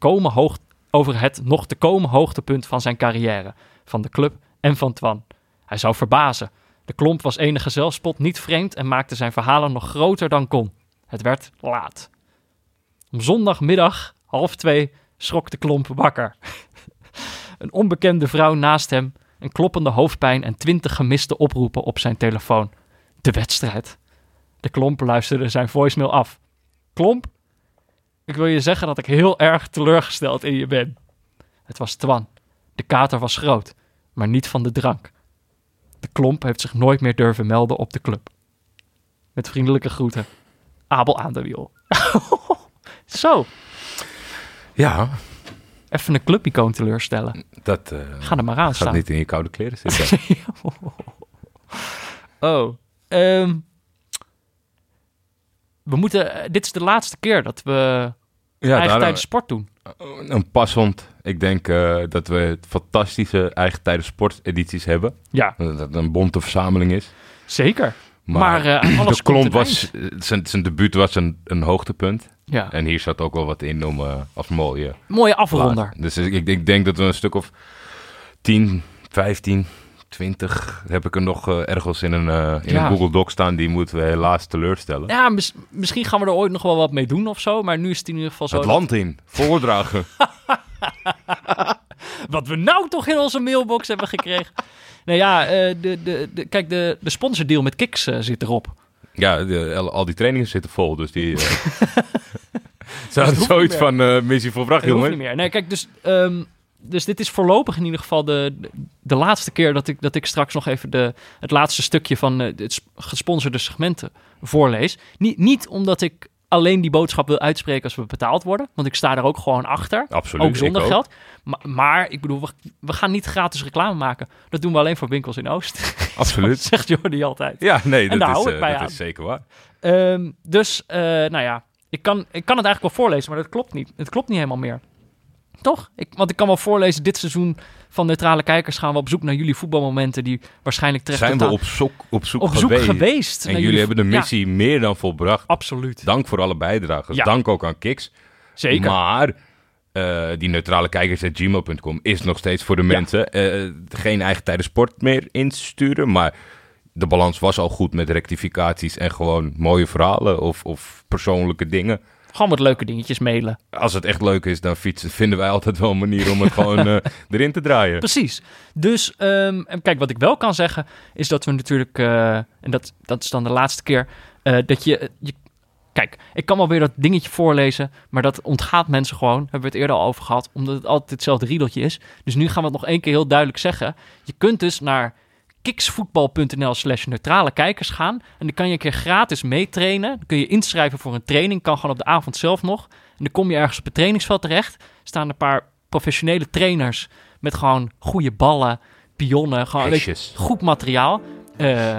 te komen hoogtepunt van zijn carrière, van de club en van Twan. Hij zou verbazen. De Klomp was enige zelfspot niet vreemd en maakte zijn verhalen nog groter dan kon. Het werd laat. Om zondagmiddag, 1:30, schrok de Klomp wakker. Een onbekende vrouw naast hem, een kloppende hoofdpijn en 20 gemiste oproepen op zijn telefoon. De wedstrijd. De Klomp luisterde zijn voicemail af. Klomp, ik wil je zeggen dat ik heel erg teleurgesteld in je ben. Het was Twan. De kater was groot, maar niet van de drank. De Klomp heeft zich nooit meer durven melden op de club. Met vriendelijke groeten. Abel aan de wiel. Zo. Ja. Even een clubicoon teleurstellen. Dat ga er maar aan staan. Gaat niet in je koude kleren zitten. We moeten... Dit is de laatste keer dat we eigen tijden sport doen. Een passend. Ik denk dat we fantastische eigen tijden sportedities hebben. Ja. Dat het een bonte verzameling is. Zeker. Maar alles de Klomp was... Zijn debuut was een hoogtepunt. Ja. En hier zat ook wel wat in om als mooie afronder. Plaat. Dus ik denk dat we een stuk of 10, 15, 20 heb ik er nog ergens in een Google Doc staan. Die moeten we helaas teleurstellen. Ja, misschien gaan we er ooit nog wel wat mee doen of zo. Maar nu is het in ieder geval zo. Het land in. Voordragen. Wat we nou toch in onze mailbox hebben gekregen. Nou ja, kijk, de sponsordeal met Kiks zit erop. Ja, al die trainingen zitten vol, dus die... zoiets van missie volbracht, jongen. Niet meer. Nee, kijk, dus dit is voorlopig in ieder geval de laatste keer dat ik straks nog even het laatste stukje van het gesponsorde segmenten voorlees. Niet omdat ik alleen die boodschap wil uitspreken als we betaald worden, want ik sta er ook gewoon achter. Absoluut, ook zonder geld. Maar ik bedoel, we gaan niet gratis reclame maken. Dat doen we alleen voor winkels in Oost. Absoluut. Zegt Jordi altijd. Ja, nee, dat is zeker waar. Nou ja, ik kan het eigenlijk wel voorlezen, maar dat klopt niet. Het klopt niet helemaal meer. Toch? Want ik kan wel voorlezen, dit seizoen van Neutrale Kijkers gaan we op zoek naar jullie voetbalmomenten die waarschijnlijk terecht zijn we op zoek geweest. En jullie hebben de missie meer dan volbracht. Absoluut. Dank voor alle bijdragen. Ja. Dank ook aan Kiks. Zeker. Maar die neutralekijkers@gmail.com is nog steeds voor de mensen. Geen eigen tijden sport meer insturen, maar de balans was al goed met rectificaties en gewoon mooie verhalen of persoonlijke dingen. Gewoon wat leuke dingetjes mailen. Als het echt leuk is, dan vinden wij altijd wel een manier om het gewoon erin te draaien. Precies. Dus, kijk, wat ik wel kan zeggen, is dat we natuurlijk, en dat is dan de laatste keer, dat je... Kijk, ik kan wel weer dat dingetje voorlezen, maar dat ontgaat mensen gewoon. Hebben we het eerder al over gehad, omdat het altijd hetzelfde riedeltje is. Dus nu gaan we het nog één keer heel duidelijk zeggen. Je kunt dus naar kiksvoetbal.nl/neutrale kijkers gaan. En dan kan je een keer gratis meetrainen. Dan kun je inschrijven voor een training. Kan gewoon op de avond zelf nog. En dan kom je ergens op het trainingsveld terecht. Er staan een paar professionele trainers met gewoon goede ballen, pionnen. Gewoon goed materiaal.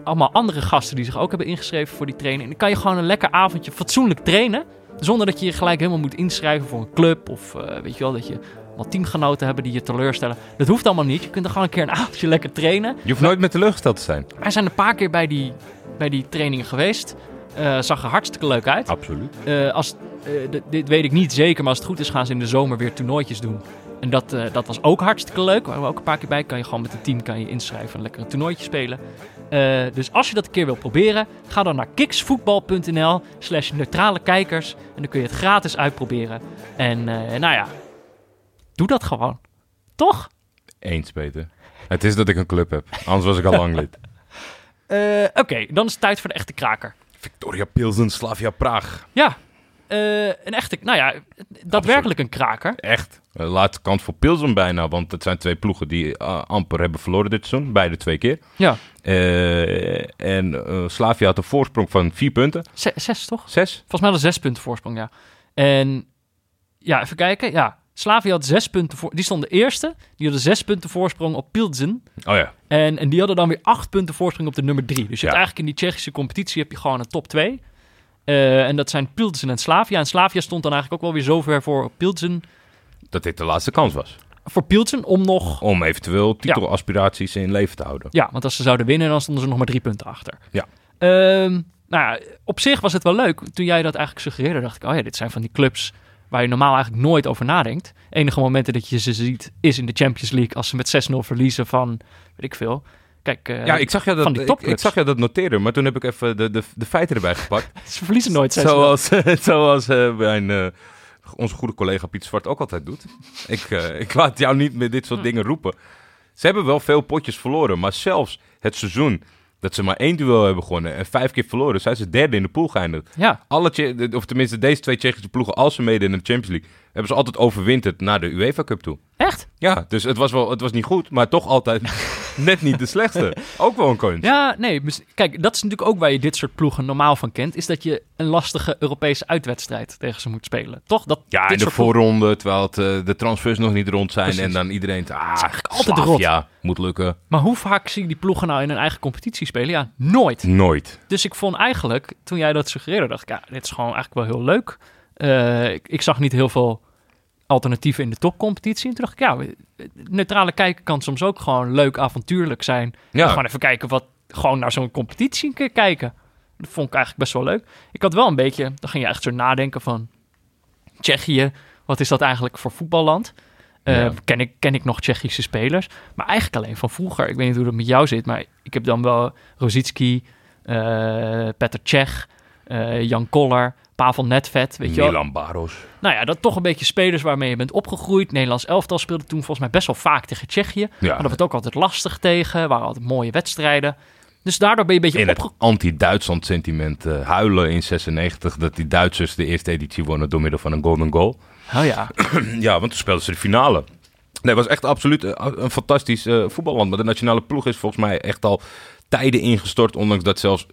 allemaal andere gasten die zich ook hebben ingeschreven voor die training. En dan kan je gewoon een lekker avondje fatsoenlijk trainen. Zonder dat je je gelijk helemaal moet inschrijven voor een club. Of weet je wel, dat je wat teamgenoten hebben die je teleurstellen. Dat hoeft allemaal niet. Je kunt er gewoon een keer een avondje lekker trainen. Je hoeft nooit meer teleurgesteld te zijn. Wij zijn een paar keer bij die trainingen geweest. Zag er hartstikke leuk uit. Absoluut. Dit weet ik niet zeker, maar als het goed is gaan ze in de zomer weer toernooitjes doen. En dat was ook hartstikke leuk. Waar we ook een paar keer bij. Kan je gewoon met een team inschrijven en lekker een toernooitje spelen. Dus als je dat een keer wil proberen, ga dan naar kiksvoetbal.nl/neutrale kijkers. En dan kun je het gratis uitproberen. En nou ja, doe dat gewoon. Toch? Eens, Peter. Het is dat ik een club heb. Anders was ik al lang lid. Oké, dan is het tijd voor de echte kraker. Victoria Pilsen, Slavia Praag. Ja, een echte, nou ja, daadwerkelijk een kraker. Echt. Laatste kans voor Pilsen bijna, want het zijn 2 ploegen die amper hebben verloren dit seizoen. Beide 2 keer. Ja. En Slavia had een voorsprong van 4 punten. 6 toch? 6? Volgens mij had 6 punten voorsprong, ja. En ja, even kijken. Ja, Slavia had 6 punten voor. Die stonden eerste. Die hadden 6 punten voorsprong op Pilsen. Oh ja. En die hadden dan weer 8 punten voorsprong op de nummer 3. Dus je hebt eigenlijk in die Tsjechische competitie heb je gewoon een top 2. En dat zijn Pilsen en Slavia. En Slavia stond dan eigenlijk ook wel weer zover voor Pilsen. Dat dit de laatste kans was. Voor Pilsen om eventueel titelaspiraties in leven te houden. Ja, want als ze zouden winnen, dan stonden ze nog maar 3 punten achter. Ja. Nou ja, op zich was het wel leuk. Toen jij dat eigenlijk suggereerde, dacht ik, oh ja, dit zijn van die clubs waar je normaal eigenlijk nooit over nadenkt. Enige momenten dat je ze ziet is in de Champions League als ze met 6-0 verliezen van, weet ik veel. Kijk, ja, ik zag je dat noteren, maar toen heb ik even de feiten erbij gepakt. Ze verliezen nooit 6-0. Zoals onze goede collega Piet Zwart ook altijd doet. Ik laat jou niet met dit soort dingen roepen. Ze hebben wel veel potjes verloren, maar zelfs het seizoen dat ze maar 1 duel hebben gewonnen en 5 keer verloren, zijn ze derde in de pool geëindigd. Ja. Of tenminste deze 2 Tsjechische ploegen, als ze meeden in de Champions League, hebben ze altijd overwinterd naar de UEFA Cup toe. Echt? Ja, dus het was niet goed, maar toch altijd net niet de slechtste. Ook wel een kunst. Ja, nee. Kijk, dat is natuurlijk ook waar je dit soort ploegen normaal van kent, is dat je een lastige Europese uitwedstrijd tegen ze moet spelen. Toch? Ja, in de voorronde, terwijl de transfers nog niet rond zijn. Precies. En dan iedereen, eigenlijk altijd rot. Ja, moet lukken. Maar hoe vaak zie je die ploegen nou in hun eigen competitie spelen? Ja, nooit. Nooit. Dus ik vond eigenlijk, toen jij dat suggereerde, dacht ik, ja, dit is gewoon eigenlijk wel heel leuk. Ik zag niet heel veel alternatieven in de topcompetitie. En toen dacht ik, ja, neutrale kijken kan soms ook gewoon leuk, avontuurlijk zijn. Ja. Gewoon even kijken gewoon naar zo'n competitie kijken. Dat vond ik eigenlijk best wel leuk. Ik had wel een beetje, dan ging je echt zo nadenken van Tsjechië, wat is dat eigenlijk voor voetballand? Ken ik nog Tsjechische spelers? Maar eigenlijk alleen van vroeger. Ik weet niet hoe dat met jou zit, maar ik heb dan wel Rosický, Petr Cech, Jan Koller, Pavel Nedved, weet je wel. Milan Baros. Nou ja, dat toch een beetje spelers waarmee je bent opgegroeid. Nederlands elftal speelde toen volgens mij best wel vaak tegen Tsjechië. Ja. Hadden we het ook altijd lastig tegen. Waren altijd mooie wedstrijden. Dus daardoor ben je een beetje in het anti-Duitsland sentiment huilen in 96 dat die Duitsers de eerste editie wonnen door middel van een golden goal. Oh ja. Ja, want toen speelden ze de finale. Nee, het was echt absoluut een fantastisch voetballand. Maar de nationale ploeg is volgens mij echt al tijden ingestort, ondanks dat zelfs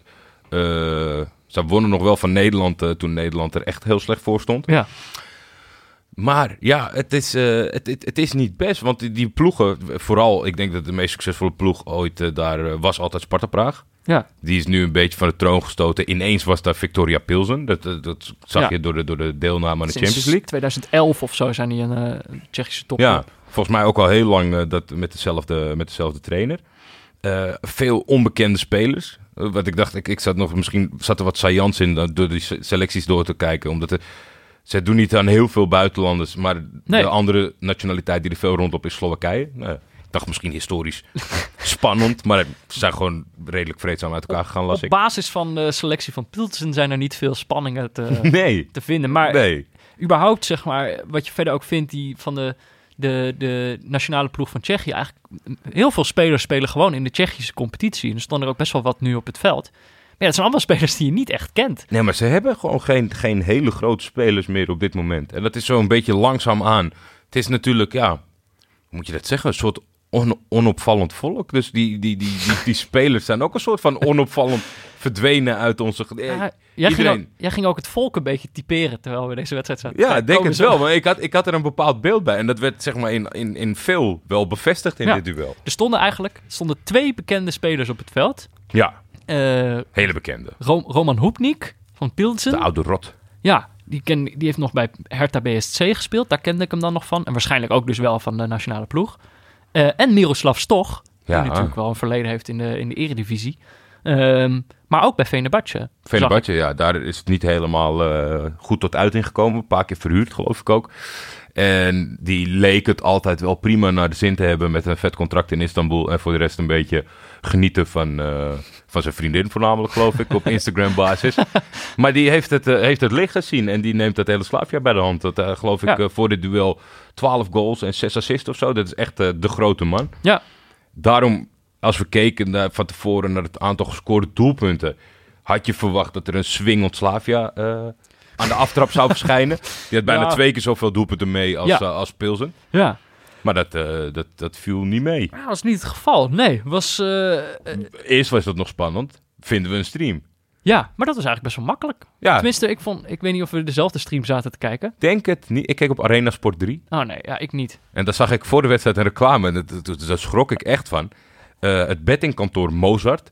ze wonnen nog wel van Nederland toen Nederland er echt heel slecht voor stond. Ja. Maar ja, het is niet best. Want die ploegen, vooral, ik denk dat de meest succesvolle ploeg ooit daar was altijd Sparta Praag. Ja. Die is nu een beetje van de troon gestoten. Ineens was daar Victoria Pilsen. Dat zag je door de deelname aan de Champions League. 2011 of zo zijn die een Tsjechische top. Ja, volgens mij ook al heel lang dat met dezelfde trainer. Veel onbekende spelers. Wat ik dacht, misschien zat er wat saillants in door die selecties door te kijken. Omdat ze doen niet aan heel veel buitenlanders, maar de andere nationaliteit die er veel rondop is Slowakije. Ik dacht misschien historisch spannend, maar ze zijn gewoon redelijk vreedzaam uit elkaar gegaan, las ik. Op basis van de selectie van Pilsen zijn er niet veel spanningen te vinden. Maar überhaupt, zeg maar, wat je verder ook vindt, die van de nationale ploeg van Tsjechië, eigenlijk heel veel spelers spelen gewoon in de Tsjechische competitie. En er stonden er ook best wel wat nu op het veld. Maar ja, het zijn allemaal spelers die je niet echt kent. Nee, maar ze hebben gewoon geen hele grote spelers meer op dit moment. En dat is zo een beetje langzaam aan. Het is natuurlijk, ja, hoe moet je dat zeggen? Een soort onopvallend volk. Dus die spelers zijn ook een soort van onopvallend verdwenen uit onze... Jij ging ook het volk een beetje typeren terwijl we deze wedstrijd zaten. Ja, ik denk het wel. Maar ik had er een bepaald beeld bij. En dat werd zeg maar in veel wel bevestigd in dit duel. Er stonden 2 bekende spelers op het veld. Ja. Hele bekende. Roman Hoepnik van Pilsen. De oude rot. Ja, die heeft nog bij Hertha BSC gespeeld. Daar kende ik hem dan nog van. En waarschijnlijk ook dus wel van de nationale ploeg. En Miroslav Stoch, die natuurlijk wel een verleden heeft in de eredivisie. Maar ook bij Fenerbahce. Fenerbahce, ja. Daar is het niet helemaal goed tot uiting gekomen. Een paar keer verhuurd, geloof ik ook. En die leek het altijd wel prima naar de zin te hebben met een vet contract in Istanbul. En voor de rest een beetje genieten van zijn vriendin voornamelijk, geloof ik, op Instagram-basis. Maar die heeft het licht gezien en die neemt het hele Slavia bij de hand. Dat geloof ik voor dit duel 12 goals en 6 assists of zo. Dat is echt de grote man. Ja. Daarom, als we keken van tevoren naar het aantal gescoorde doelpunten, had je verwacht dat er een swingend Slavia aan de aftrap zou verschijnen. Die had bijna 2 keer zoveel doelpunten mee als Pilsen. Ja. Maar dat viel niet mee. Dat was niet het geval. Nee, Eerst was dat nog spannend. Vinden we een stream. Ja, maar dat was eigenlijk best wel makkelijk. Ja. Tenminste, ik weet niet of we dezelfde stream zaten te kijken. Denk het niet. Ik keek op Arena Sport 3. Oh nee, ja, ik niet. En daar zag ik voor de wedstrijd een reclame. En daar schrok ik echt van. Het bettingkantoor Mozart.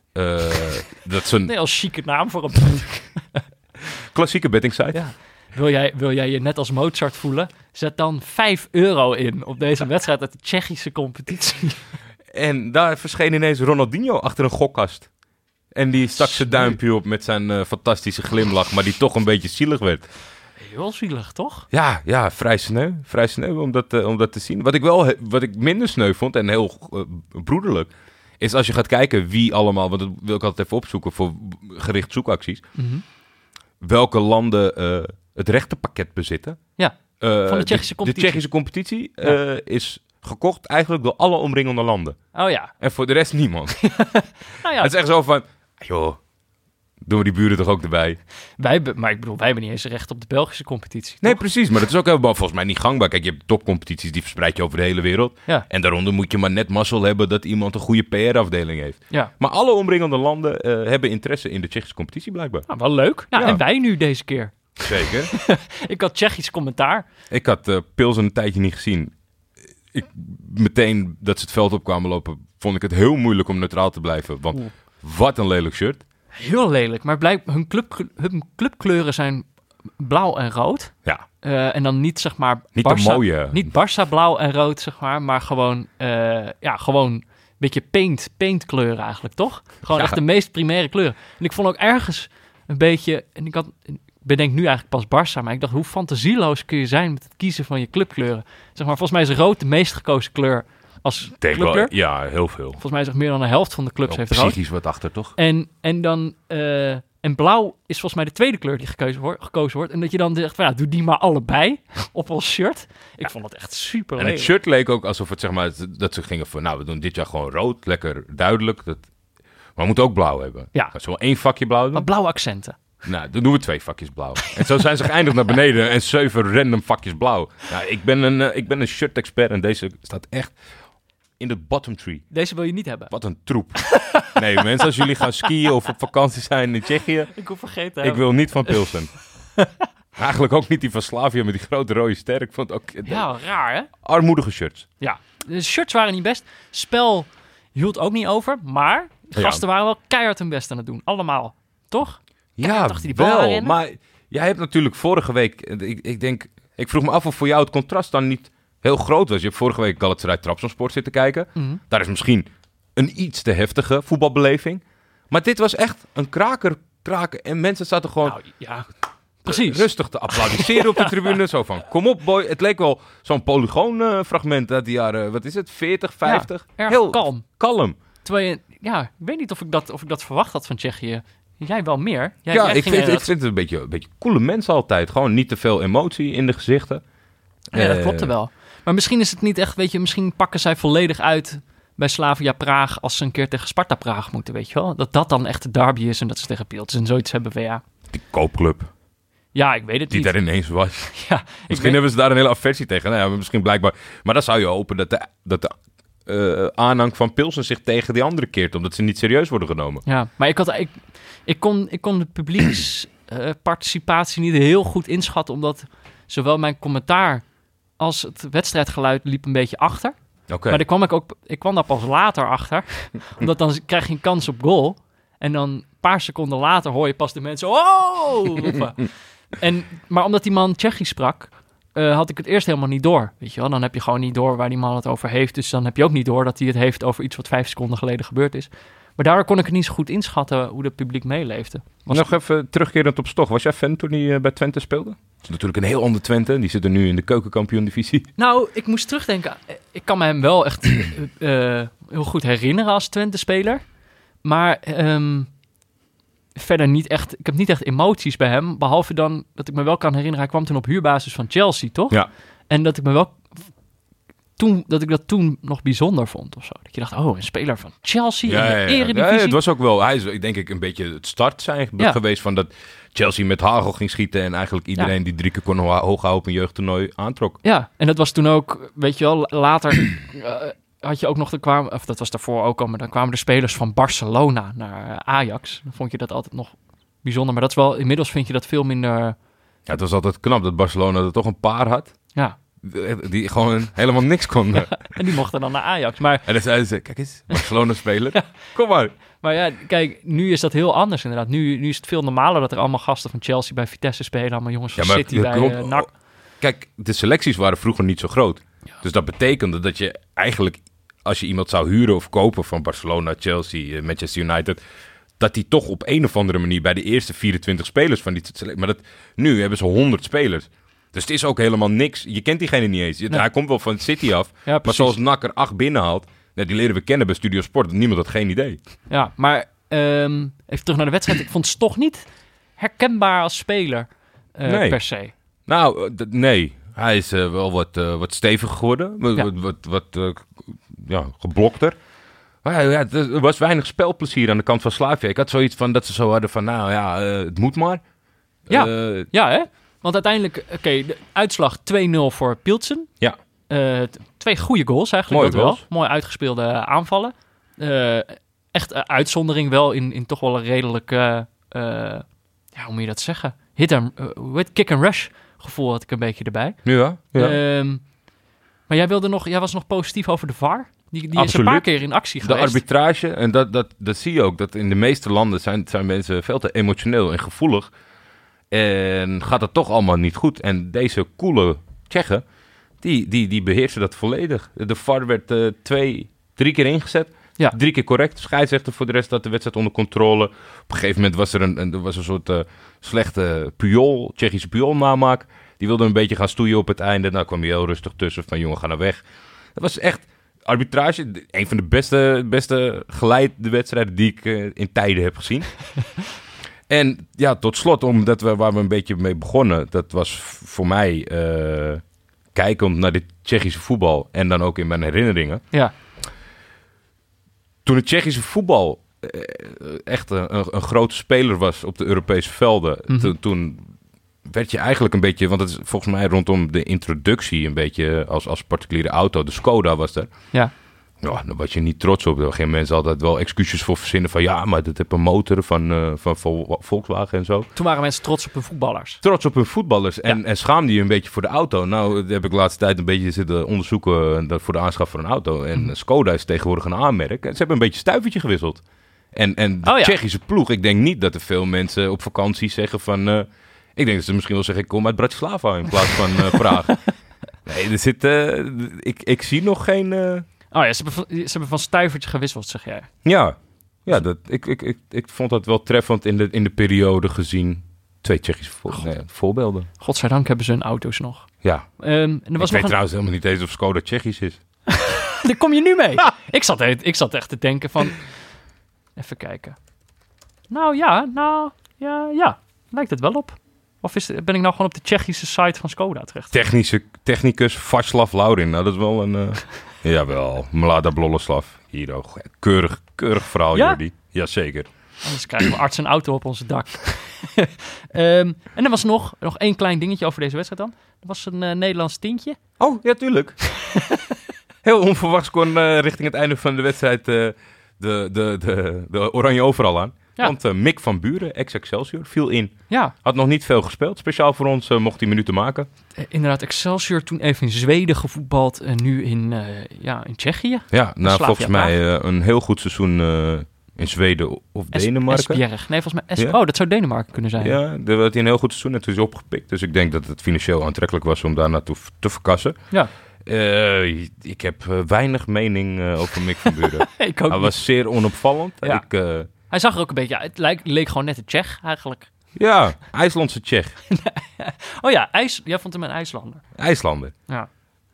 Dat is een... Nee, als chique naam voor een... klassieke bettingsite. Ja. Wil jij je net als Mozart voelen? Zet dan €5 in op deze wedstrijd uit de Tsjechische competitie. En daar verscheen ineens Ronaldinho achter een gokkast. En die stak zijn duimpje op met zijn fantastische glimlach, maar die toch een beetje zielig werd. Heel zielig, toch? Ja, vrij sneu. Vrij sneu om dat te zien. Wat ik minder sneu vond en heel broederlijk, is als je gaat kijken wie allemaal, want dat wil ik altijd even opzoeken voor gericht zoekacties, welke landen het rechtenpakket bezitten. Ja, van de Tsjechische competitie. De Tsjechische competitie is gekocht eigenlijk door alle omringende landen. Oh ja. En voor de rest niemand. Nou ja. Het is echt zo van, joh, doen we die buren toch ook erbij? Maar ik bedoel, wij hebben niet eens recht op de Belgische competitie. Toch? Nee, precies. Maar dat is ook helemaal volgens mij niet gangbaar. Kijk, je hebt topcompetities, die verspreid je over de hele wereld. Ja. En daaronder moet je maar net mazzel hebben dat iemand een goede PR-afdeling heeft. Ja. Maar alle omringende landen hebben interesse in de Tsjechische competitie blijkbaar. Nou, wel leuk. Ja, ja. En wij nu deze keer. Zeker. Ik had Tsjechisch commentaar. Ik had Pilsen een tijdje niet gezien. Meteen dat ze het veld op kwamen lopen, vond ik het heel moeilijk om neutraal te blijven. Want wat een lelijk shirt. Heel lelijk, maar hun clubkleuren zijn blauw en rood. Ja. En dan niet, zeg maar, niet Barça, de mooie. Niet Barça blauw en rood, zeg maar gewoon een beetje paint kleuren eigenlijk, toch? Gewoon echt de meest primaire kleuren. En ik vond ook ergens een beetje, en ik bedenk nu eigenlijk pas Barça, maar ik dacht, hoe fantasieloos kun je zijn met het kiezen van je clubkleuren? Zeg maar, volgens mij is rood de meest gekozen kleur als clubkleur. Wel, ja, heel veel. Volgens mij is meer dan de helft van de clubs heeft rood. Psychisch wat achter, toch? En blauw is volgens mij de tweede kleur die gekozen wordt. En dat je dan zegt, van, doe die maar allebei op ons shirt. Ik vond dat echt super leuk. En het shirt leek ook alsof het, zeg maar, dat ze gingen van, we doen dit jaar gewoon rood, lekker duidelijk. Maar we moeten ook blauw hebben. Ja. Zullen we 1 vakje blauw doen? Maar blauwe accenten. Nou, dan doen we 2 vakjes blauw. En zo zijn ze geëindigd naar beneden en 7 random vakjes blauw. Nou, ik ben een shirt-expert en deze staat echt in de bottom tree. Deze wil je niet hebben? Wat een troep. Nee, mensen, als jullie gaan skiën of op vakantie zijn in Tsjechië, ik hoef vergeten. Ik wil niet van Pilsen. Eigenlijk ook niet die van Slavia met die grote rode ster. Ik vond het ook... Ja, raar, hè? Armoedige shirts. Ja, de shirts waren niet best. Spel hield ook niet over, maar de gasten waren wel keihard hun best aan het doen. Allemaal, toch? Ja, wel. Maar jij hebt natuurlijk vorige week... Ik vroeg me af of voor jou het contrast dan niet heel groot was. Je hebt vorige week Galatasaray Trabzonspor zitten kijken. Mm-hmm. Daar is misschien een iets te heftige voetbalbeleving. Maar dit was echt een kraken. En mensen zaten gewoon precies rustig te applaudisseren op de tribune. Zo van, kom op boy. Het leek wel zo'n polygoonfragment uit de jaren, wat is het, 40, 50? Ja, erg heel kalm. Terwijl ik weet niet of ik dat verwacht had van Tsjechië. Jij wel meer. Ik vind het een beetje coole mensen altijd. Gewoon niet te veel emotie in de gezichten. Ja, dat klopt er wel. Maar misschien is het niet echt, misschien pakken zij volledig uit bij Slavia Praag als ze een keer tegen Sparta Praag moeten, weet je wel. Dat dan echt de derby is en dat ze tegen Pilsen zoiets hebben van Die koopclub. Ja, ik weet het die niet. Die daar ineens was. Ja, misschien hebben ze daar een hele aversie tegen. Nou ja, misschien blijkbaar. Maar dan zou je hopen dat de aanhang van Pilsen zich tegen die andere keert, omdat ze niet serieus worden genomen. Ja, maar ik kon de publieksparticipatie niet heel goed inschatten, omdat zowel mijn commentaar als het wedstrijdgeluid liep een beetje achter. Okay. Maar ik kwam daar pas later achter, omdat dan krijg je een kans op goal. En dan een paar seconden later hoor je pas de mensen... Oh! roepen. Maar omdat die man Tsjechisch sprak... had ik het eerst helemaal niet door. Weet je wel? Dan heb je gewoon niet door waar die man het over heeft. Dus dan heb je ook niet door dat hij het heeft over iets wat 5 seconden geleden gebeurd is. Maar daardoor kon ik het niet zo goed inschatten hoe het publiek meeleefde. Nog even terugkerend op Stoch. Was jij fan toen hij bij Twente speelde? Het is natuurlijk een heel ander Twente. Die zitten nu in de keukenkampioen-divisie. Nou, ik moest terugdenken. Ik kan me hem wel echt heel goed herinneren als Twente-speler. Maar verder niet echt... Ik heb niet echt emoties bij hem. Behalve dan dat ik me wel kan herinneren... Hij kwam toen op huurbasis van Chelsea, toch? Ja. En dat ik me wel... Dat ik dat toen nog bijzonder vond of zo. Dat je dacht, een speler van Chelsea in de Eredivisie. Ja, het was ook wel... Hij is denk ik een beetje het start zijn geweest van dat Chelsea met hagel ging schieten en eigenlijk iedereen die 3 keer kon hoog houden op een jeugdtoernooi aantrok. Ja, en dat was toen ook, weet je wel, later had je ook nog, dat was daarvoor ook al, maar dan kwamen de spelers van Barcelona naar Ajax. Dan vond je dat altijd nog bijzonder, maar dat is wel, inmiddels vind je dat veel minder... Ja, het was altijd knap dat Barcelona er toch een paar had. Ja. Die gewoon helemaal niks konden. En die mochten dan naar Ajax. Maar... En dan zeiden ze, kijk eens, Barcelona-speler, kom maar. Maar ja, kijk, nu is dat heel anders inderdaad. Nu is het veel normaler dat er allemaal gasten van Chelsea bij Vitesse spelen. Allemaal jongens van City bij NAC. Kijk, de selecties waren vroeger niet zo groot. Ja. Dus dat betekende dat je eigenlijk, als je iemand zou huren of kopen van Barcelona, Chelsea, Manchester United... dat die toch op een of andere manier bij de eerste 24 spelers van die selectie... Maar nu hebben ze 100 spelers. Dus het is ook helemaal niks. Je kent diegene niet eens. Nee. Hij komt wel van City af. Ja, maar zoals NAC er 8 binnenhaalt... die leren we kennen bij Studio Sport. Niemand had geen idee. Ja, maar even terug naar de wedstrijd. Ik vond Stoch niet herkenbaar als speler per se. Nou, nee. Hij is wel wat steviger geworden. Wat geblokter. Maar ja, er was weinig spelplezier aan de kant van Slavia. Ik had zoiets van dat ze zo hadden van... het moet maar. Ja, hè? Want uiteindelijk, de uitslag 2-0 voor Pilsen. Ja. 2 goede goals eigenlijk. Mooie goals. Wel. Mooi uitgespeelde aanvallen. Echt uitzondering wel in toch wel een redelijk... hoe moet je dat zeggen? Kick and rush gevoel had ik een beetje erbij. Ja. Maar jij was nog positief over de VAR. Die is een paar keer in actie geweest. De arbitrage, en dat zie je ook. Dat in de meeste landen zijn mensen veel te emotioneel en gevoelig. En gaat het toch allemaal niet goed. En deze coole Tsjechen, die beheersen dat volledig. De VAR werd 2-3 keer ingezet. Ja. 3 keer correct. Scheidsrechter voor de rest had de wedstrijd onder controle. Op een gegeven moment was er een soort slechte Tsjechische Pujol namaak. Die wilde een beetje gaan stoeien op het einde. Nou kwam hij heel rustig tussen van jongen, ga nou weg. Dat was echt arbitrage. Een van de beste geleide wedstrijden die ik in tijden heb gezien. En ja, tot slot, waar we een beetje mee begonnen, dat was voor mij kijkend naar dit Tsjechische voetbal en dan ook in mijn herinneringen. Ja. Toen het Tsjechische voetbal echt een grote speler was op de Europese velden, toen werd je eigenlijk een beetje, want het is volgens mij rondom de introductie een beetje als particuliere auto, de Skoda was er. Ja. Ja, daar was je niet trots op. Er gingen mensen altijd wel excuses voor verzinnen van ja, maar dit heeft een motor van Volkswagen en zo. Toen waren mensen trots op hun voetballers. Trots op hun voetballers en schaamde je een beetje voor de auto. Nou, dat heb ik de laatste tijd een beetje zitten onderzoeken voor de aanschaf van een auto. En Skoda is tegenwoordig een aanmerk. En ze hebben een beetje stuivertje gewisseld. En de Tsjechische ploeg, ik denk niet dat er veel mensen op vakantie zeggen van... ik denk dat ze misschien wel zeggen, ik kom uit Bratislava in plaats van Praag. Nee, er zit... ik zie nog geen... ze hebben van stuivertje gewisseld, zeg jij. Ja, ik vond dat wel treffend in de periode gezien. 2 Tsjechische voorbeelden. Godzijdank hebben ze hun auto's nog. Ja. Ik weet trouwens helemaal niet eens of Skoda Tsjechisch is. Daar kom je nu mee. Ik zat echt te denken van... Even kijken. Ja. Lijkt het wel op. Of ben ik nou gewoon op de Tsjechische site van Skoda terecht? Technicus Václav Laurin. Nou, dat is wel een... Jawel, Mlada Bloleslav. Hier ook. Keurig verhaal, ja? Jordi. Jazeker. Anders krijgen we arts en auto op onze dak. En er was nog 1 klein dingetje over deze wedstrijd dan. Er was een Nederlands tintje. Oh, ja, tuurlijk. Heel onverwachts kon richting het einde van de wedstrijd de oranje overal aan. Ja. Want Mick van Buren, ex-Excelsior, viel in. Ja. Had nog niet veel gespeeld. Speciaal voor ons mocht hij minuten maken. Inderdaad, Excelsior toen even in Zweden gevoetbald en nu in Tsjechië. Ja, nou volgens mij een heel goed seizoen In Zweden of Denemarken. Esbjerg. Nee, volgens mij... Ja? Oh, dat zou Denemarken kunnen zijn. Ja, daar had hij een heel goed seizoen en toen is hij opgepikt. Dus ik denk dat het financieel aantrekkelijk was om daar naartoe te verkassen. Ja. Ik heb weinig mening over Mick van Buren. Ik ook Hij niet. was zeer onopvallend. Ja. Ik, Hij zag er ook een beetje... het leek gewoon net een Tsjech, eigenlijk. ja, IJslandse Tsjech. Oh ja, jij vond hem een IJslander. IJslander. Ja.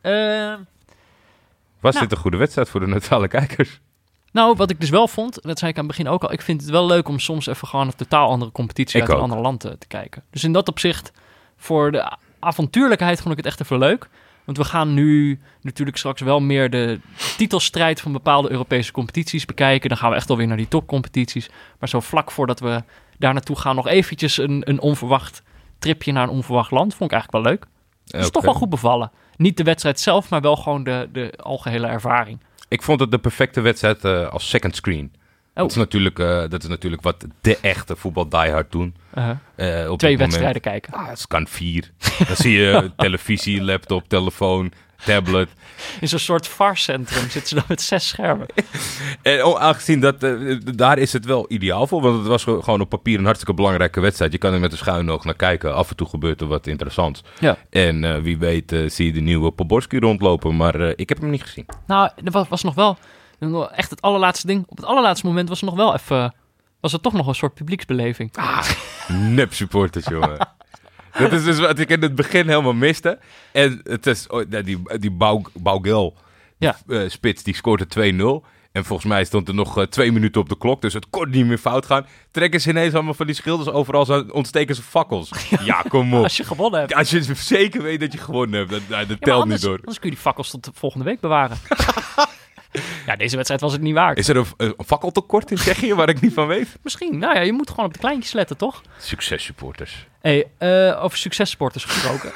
Was Nou. dit een goede wedstrijd voor de neutrale kijkers? Nou, wat ik dus wel vond, dat zei ik aan het begin ook al, ik vind het wel leuk om soms even gewoon een totaal andere competitie Ik uit een ook. ander land te kijken. Dus in dat opzicht, voor de avontuurlijkheid vond ik het echt even leuk. Want we gaan nu natuurlijk straks wel meer de titelstrijd van bepaalde Europese competities bekijken. Dan gaan we echt alweer naar die topcompetities. Maar zo vlak voordat we daar naartoe gaan, nog eventjes een onverwacht tripje naar een onverwacht land. Vond ik eigenlijk wel leuk. Dat is toch wel goed bevallen. Niet de wedstrijd zelf, maar wel gewoon de algehele ervaring. Ik vond het de perfecte wedstrijd als second screen. Oh. Dat is natuurlijk wat de echte voetbal diehard doen. Op 2 dit wedstrijden moment. kijken. Het kan 4. Dan zie je televisie, laptop, telefoon, tablet. In zo'n soort VAR-centrum zitten ze dan met 6 schermen. En aangezien dat, daar is het wel ideaal voor. Want het was gewoon op papier een hartstikke belangrijke wedstrijd. Je kan er met een schuine oog naar kijken. Af en toe gebeurt er wat interessants. Ja. En wie weet zie je de nieuwe Poborski rondlopen. Maar ik heb hem niet gezien. Nou, er was nog wel echt het allerlaatste ding. Op het allerlaatste moment was er nog wel even... was er toch nog een soort publieksbeleving. Nep supporters, jongen. Dat is dus wat ik in het begin helemaal miste. En het is die Baugel Ja. spits, die scoorde 2-0. En volgens mij stond er nog 2 minuten op de klok. Dus het kon niet meer fout gaan. Trekken ze ineens allemaal van die schilders overal. Ontsteken ze fakkels. Ja, kom op. Als je gewonnen hebt. Als je zeker weet dat je gewonnen hebt, dat Ja, maar telt anders, niet door. anders kun je die fakkels tot de volgende week bewaren. Ja, deze wedstrijd was het niet waard. Is er een fakkeltekort in Tsjechië waar ik niet van weet? Misschien. Nou ja, je moet gewoon op de kleintjes letten, toch? Succes supporters. Hey, over successporters gesproken.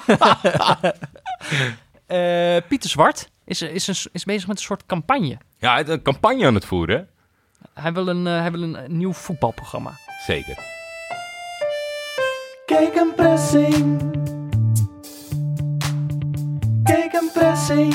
Pieter Zwart is bezig met een soort campagne. Ja, hij is een campagne aan het voeren, hè? Hij wil een nieuw voetbalprogramma. Zeker. Kijk een pressing. Kijk een pressing.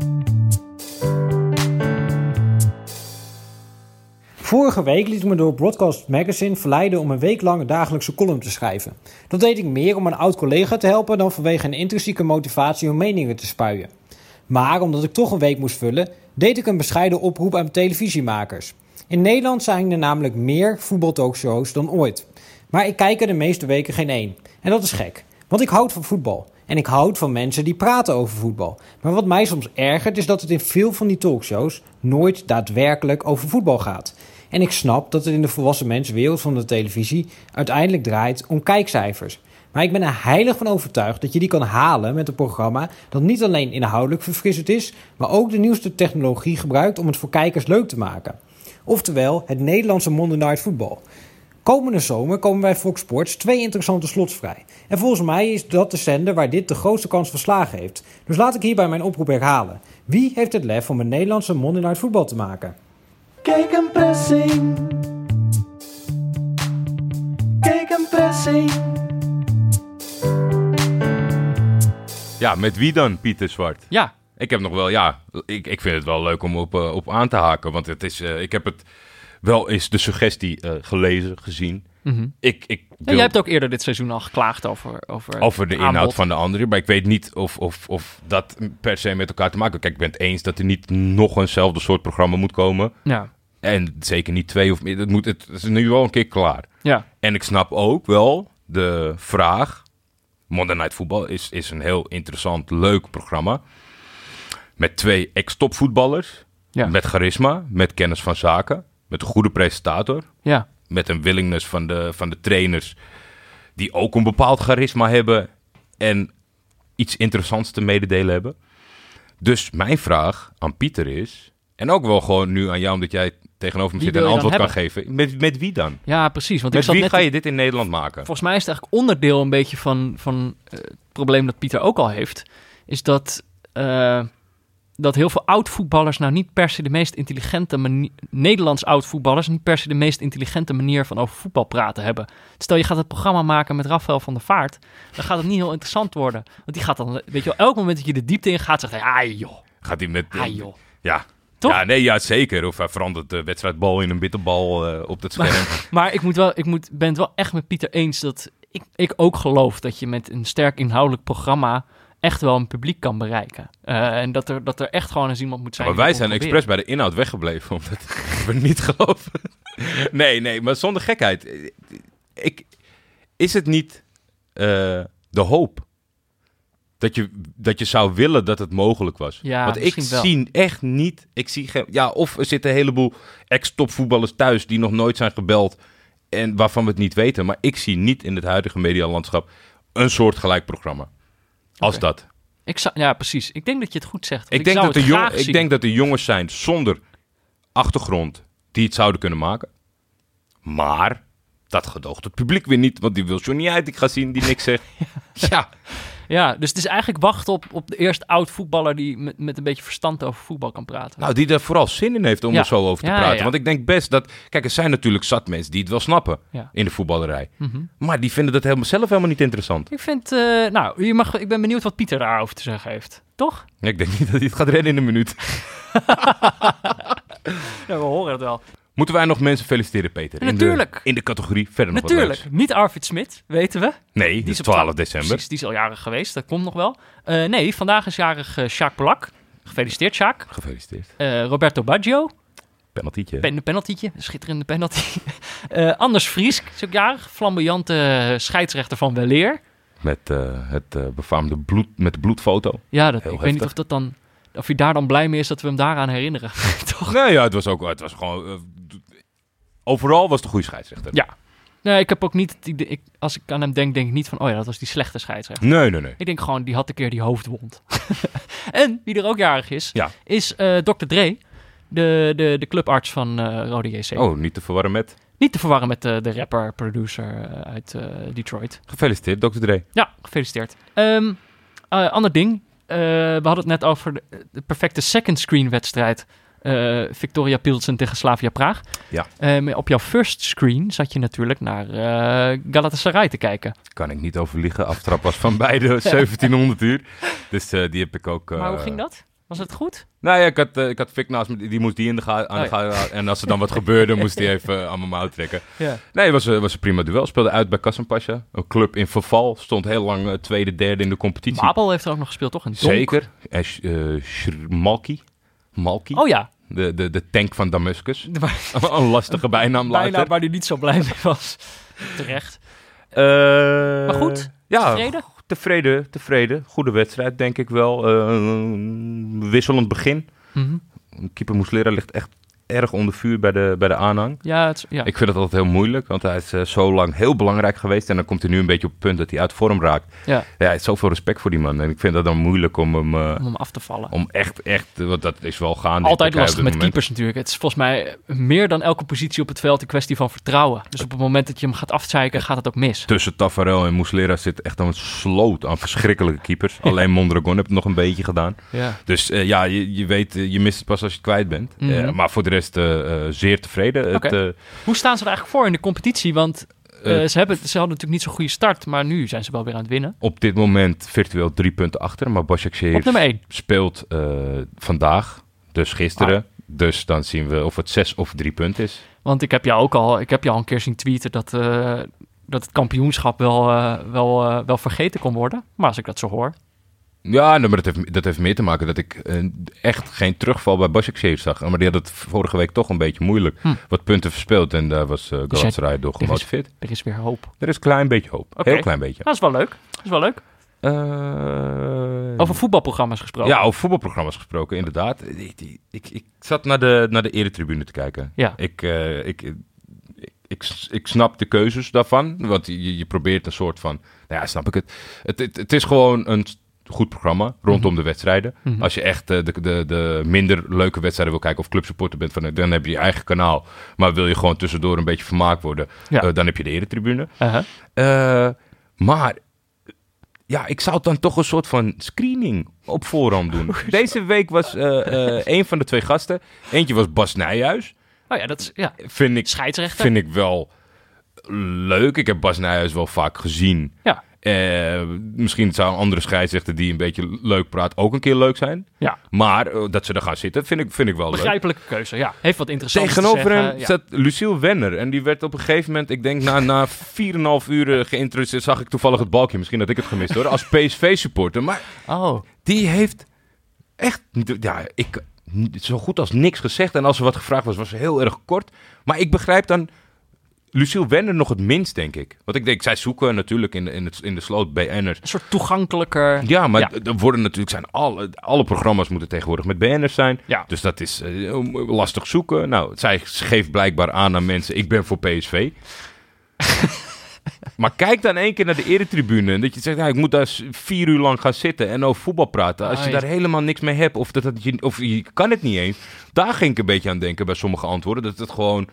Vorige week liet ik me door Broadcast Magazine verleiden om een week lang een dagelijkse column te schrijven. Dat deed ik meer om een oud collega te helpen dan vanwege een intrinsieke motivatie om meningen te spuien. Maar omdat ik toch een week moest vullen, deed ik een bescheiden oproep aan televisiemakers. In Nederland zijn er namelijk meer voetbaltalkshows dan ooit. Maar ik kijk er de meeste weken geen één. En dat is gek, want ik houd van voetbal. En ik houd van mensen die praten over voetbal. Maar wat mij soms ergert is dat het in veel van die talkshows nooit daadwerkelijk over voetbal gaat. En ik snap dat het in de volwassen mensenwereld van de televisie uiteindelijk draait om kijkcijfers. Maar ik ben er heilig van overtuigd dat je die kan halen met een programma dat niet alleen inhoudelijk verfrissend is, maar ook de nieuwste technologie gebruikt om het voor kijkers leuk te maken. Oftewel, het Nederlandse Monday Night Football. Komende zomer komen bij Fox Sports 2 interessante slots vrij. En volgens mij is dat de zender waar dit de grootste kans van slagen heeft. Dus laat ik hierbij mijn oproep herhalen. Wie heeft het lef om een Nederlandse Monday Night Football te maken? Kijk een pressing. Kijk een pressing. Ja, met wie dan, Pieter Zwart? Ja, Ik heb nog wel, ik vind het wel leuk om op aan te haken. Want het is, ik heb het wel eens de suggestie gelezen, gezien. Ik en wil jij hebt ook eerder dit seizoen al geklaagd over over de aanbod. inhoud van de andere. Maar ik weet niet of dat per se met elkaar te maken heeft. Kijk, ik ben het eens dat er niet nog eenzelfde soort programma moet komen. Ja, En zeker niet 2 of meer. Het is nu wel een keer klaar. ja. En ik snap ook wel de vraag. Monday Night Football is een heel interessant, leuk programma. Met 2 ex-topvoetballers. Ja. Met charisma, met kennis van zaken. Met een goede presentator. Ja, Met een willingness van de trainers. Die ook een bepaald charisma hebben. En iets interessants te mededelen hebben. Dus mijn vraag aan Pieter is. En ook wel gewoon nu aan jou, omdat jij tegenover me Wie zit en wil een je dan antwoord kan geven. Met wie dan? ja, precies. Want Met ik zat wie net ga je dit in Nederland maken? Volgens mij is het eigenlijk onderdeel een beetje van het probleem dat Pieter ook al heeft. Is dat heel veel oud-voetballers nou niet per se de meest intelligente Nederlands oud-voetballers niet per se de meest intelligente manier van over voetbal praten hebben. Stel je gaat het programma maken met Rafael van der Vaart, dan gaat het niet heel interessant worden. Want die gaat dan, weet je wel, elk moment dat je de diepte in gaat, zegt hij, joh. Gaat hij met... Joh. Ja, Toch? Ja, nee, ja, zeker. Of hij verandert de wedstrijdbal in een bitterbal op het scherm. Maar ben het wel echt met Pieter eens dat ik ook geloof dat je met een sterk inhoudelijk programma echt wel een publiek kan bereiken. En dat er echt gewoon eens iemand moet zijn. Maar wij zijn expres bij de inhoud weggebleven, omdat we niet geloven. Nee, maar zonder gekheid. Is het niet de hoop dat je zou willen dat het mogelijk was? Ja, want ik wel. zie echt niet. Ik zie geen. Ja, of er zitten een heleboel ex-topvoetballers thuis die nog nooit zijn gebeld en waarvan we het niet weten. Maar ik zie niet in het huidige medialandschap een soortgelijk programma als dat. Ja, precies. Ik denk dat je het goed zegt. Ik denk dat er jongens zijn zonder achtergrond die het zouden kunnen maken. Maar dat gedoogt het publiek weer niet, want die wil Johnny Heiting gaan zien die niks zegt. Ja, dus het is eigenlijk wachten op de eerste oud voetballer die met een beetje verstand over voetbal kan praten. Nou, die er vooral zin in heeft om er zo over te praten. Ja. Want ik denk best dat... Kijk, er zijn natuurlijk zat mensen die het wel snappen in de voetballerij. Mm-hmm. Maar die vinden dat zelf helemaal niet interessant. Ik vind... ik ben benieuwd wat Pieter daarover te zeggen heeft. Toch? Ja, ik denk niet dat hij het gaat redden in een minuut. Ja, we horen het wel. Moeten wij nog mensen feliciteren, Peter? Natuurlijk. In de categorie verder nog Natuurlijk. wat leuks? Niet Arvid Smit, weten we. Nee, die is 12 december. Precies, die is al jarig geweest. Dat komt nog wel. Nee, vandaag is jarig Sjaak Polak. Gefeliciteerd, Sjaak. Gefeliciteerd. Roberto Baggio. Penaltietje. Penaltietje. Schitterende penalty. Anders Vriesk is ook jarig. Flamboyante scheidsrechter van weleer. Met het befaamde bloedfoto. Ja, Heel ik weet niet of dat dan... Of hij daar dan blij mee is dat we hem daaraan herinneren. Toch? Nee, ja, het was gewoon... overal was het een goede scheidsrechter. Ja. Nee, ik heb ook niet... Als ik aan hem denk ik niet van... Oh ja, dat was die slechte scheidsrechter. Nee. Ik denk gewoon, die had een keer die hoofdwond. En wie er ook jarig is... Is Dr. Dre. De clubarts van Rode JC. Oh, niet te verwarren met... Niet te verwarren met de rapper-producer uit Detroit. Gefeliciteerd, Dr. Dre. Ja, gefeliciteerd. Ander ding. We hadden het net over de perfecte second screen wedstrijd. Victoria Pilsen tegen Slavia Praag. Ja. Op jouw first screen zat je natuurlijk naar Galatasaray te kijken. Kan ik niet overliegen. Aftrap was van beide 1700 uur. Dus die heb ik ook... Maar hoe ging dat? Was het goed? Nou ja, ik had Vic naast me. Die moest die in de gaten. En als er dan wat gebeurde, moest hij even aan mijn mouw trekken. Ja. Nee, het was een prima duel. Speelde uit bij Kassenpasja. Een club in verval. Stond heel lang tweede, derde in de competitie. Mabel heeft er ook nog gespeeld, toch? Zeker. Malki. Oh ja. De tank van Damascus. Een lastige bijnaam later. Bijna waar hij niet zo blij mee was. Terecht. Maar goed, tevreden. Goede wedstrijd, denk ik wel. Wisselend begin. Mm-hmm. Keeper Muslera ligt echt erg onder vuur bij de aanhang. Ja, Ik vind het altijd heel moeilijk, want hij is zo lang heel belangrijk geweest. En dan komt hij nu een beetje op het punt dat hij uit vorm raakt. Ja, hij heeft zoveel respect voor die man. En ik vind dat dan moeilijk om hem af te vallen. Om echt, want dat is wel gaande. Altijd lastig met keepers natuurlijk. Het is volgens mij meer dan elke positie op het veld een kwestie van vertrouwen. Dus op het moment dat je hem gaat afzeiken, gaat het ook mis. Tussen Tafarel en Muslera zit echt een sloot aan verschrikkelijke keepers. Alleen Mondragon heeft het nog een beetje gedaan. Ja. Dus je weet, je mist het pas als je het kwijt bent. Mm-hmm. Maar voor de rest zeer tevreden. Okay. Hoe staan ze er eigenlijk voor in de competitie? Want ze hadden natuurlijk niet zo'n goede start, maar nu zijn ze wel weer aan het winnen. Op dit moment virtueel 3 punten achter, maar Başakşehir op nummer 1 speelt vandaag, dus gisteren. Dus dan zien we of het 6 of 3 punten is. Want ik heb jou al een keer zien tweeten dat het kampioenschap wel vergeten kon worden. Maar als ik dat zo hoor... Ja, maar dat heeft meer te maken dat ik echt geen terugval bij Başakşehir zag. Maar die had het vorige week toch een beetje moeilijk. Wat punten verspeeld en daar was Galatasaray door gemotiveerd. Er is weer hoop. Er is een klein beetje hoop. Okay. Heel klein beetje. Dat is wel leuk. Over voetbalprogramma's gesproken. Ja, over voetbalprogramma's gesproken, inderdaad. Ik zat naar de eretribune te kijken. Ja. Ik snap de keuzes daarvan. Want je probeert een soort van... Nou ja, snap ik het. Het is gewoon een... goed programma rondom de wedstrijden. Mm-hmm. Als je echt de minder leuke wedstrijden wil kijken of clubsupporter bent, dan heb je je eigen kanaal. Maar wil je gewoon tussendoor een beetje vermaakt worden, dan heb je de eretribune. Uh-huh. Maar ja, ik zou dan toch een soort van screening op voorhand doen. Deze week was een van de 2 gasten. Eentje was Bas Nijhuis. Oh ja, dat is scheidsrechter. Vind ik wel leuk. Ik heb Bas Nijhuis wel vaak gezien. Ja. Misschien zou een andere scheidsrechter die een beetje leuk praat ook een keer leuk zijn. Ja. Maar dat ze er gaan zitten, vind ik wel leuk. Begrijpelijke keuze, ja. Heeft wat interessants Tegenover te zeggen. hem zat Lucille Wenner. En die werd op een gegeven moment, ik denk na 4,5 uur geïntroduceerd, zag ik toevallig het balkje. Misschien had ik het gemist hoor, als PSV-supporter. Maar die heeft echt, zo goed als niks gezegd. En als er wat gevraagd was ze heel erg kort. Maar ik begrijp dan Lucille Wenner nog het minst, denk ik. Want ik denk, zij zoeken natuurlijk in de sloot BN'ers. Een soort toegankelijker... Ja, maar er worden natuurlijk alle programma's moeten tegenwoordig met BN'ers zijn. Ja. Dus dat is lastig zoeken. Nou, zij geeft blijkbaar aan mensen, ik ben voor PSV. Maar kijk dan 1 keer naar de eretribune. En dat je zegt, ik moet daar 4 uur lang gaan zitten en over voetbal praten. Als je daar helemaal niks mee hebt, of je kan het niet eens. Daar ging ik een beetje aan denken bij sommige antwoorden. Dat het gewoon,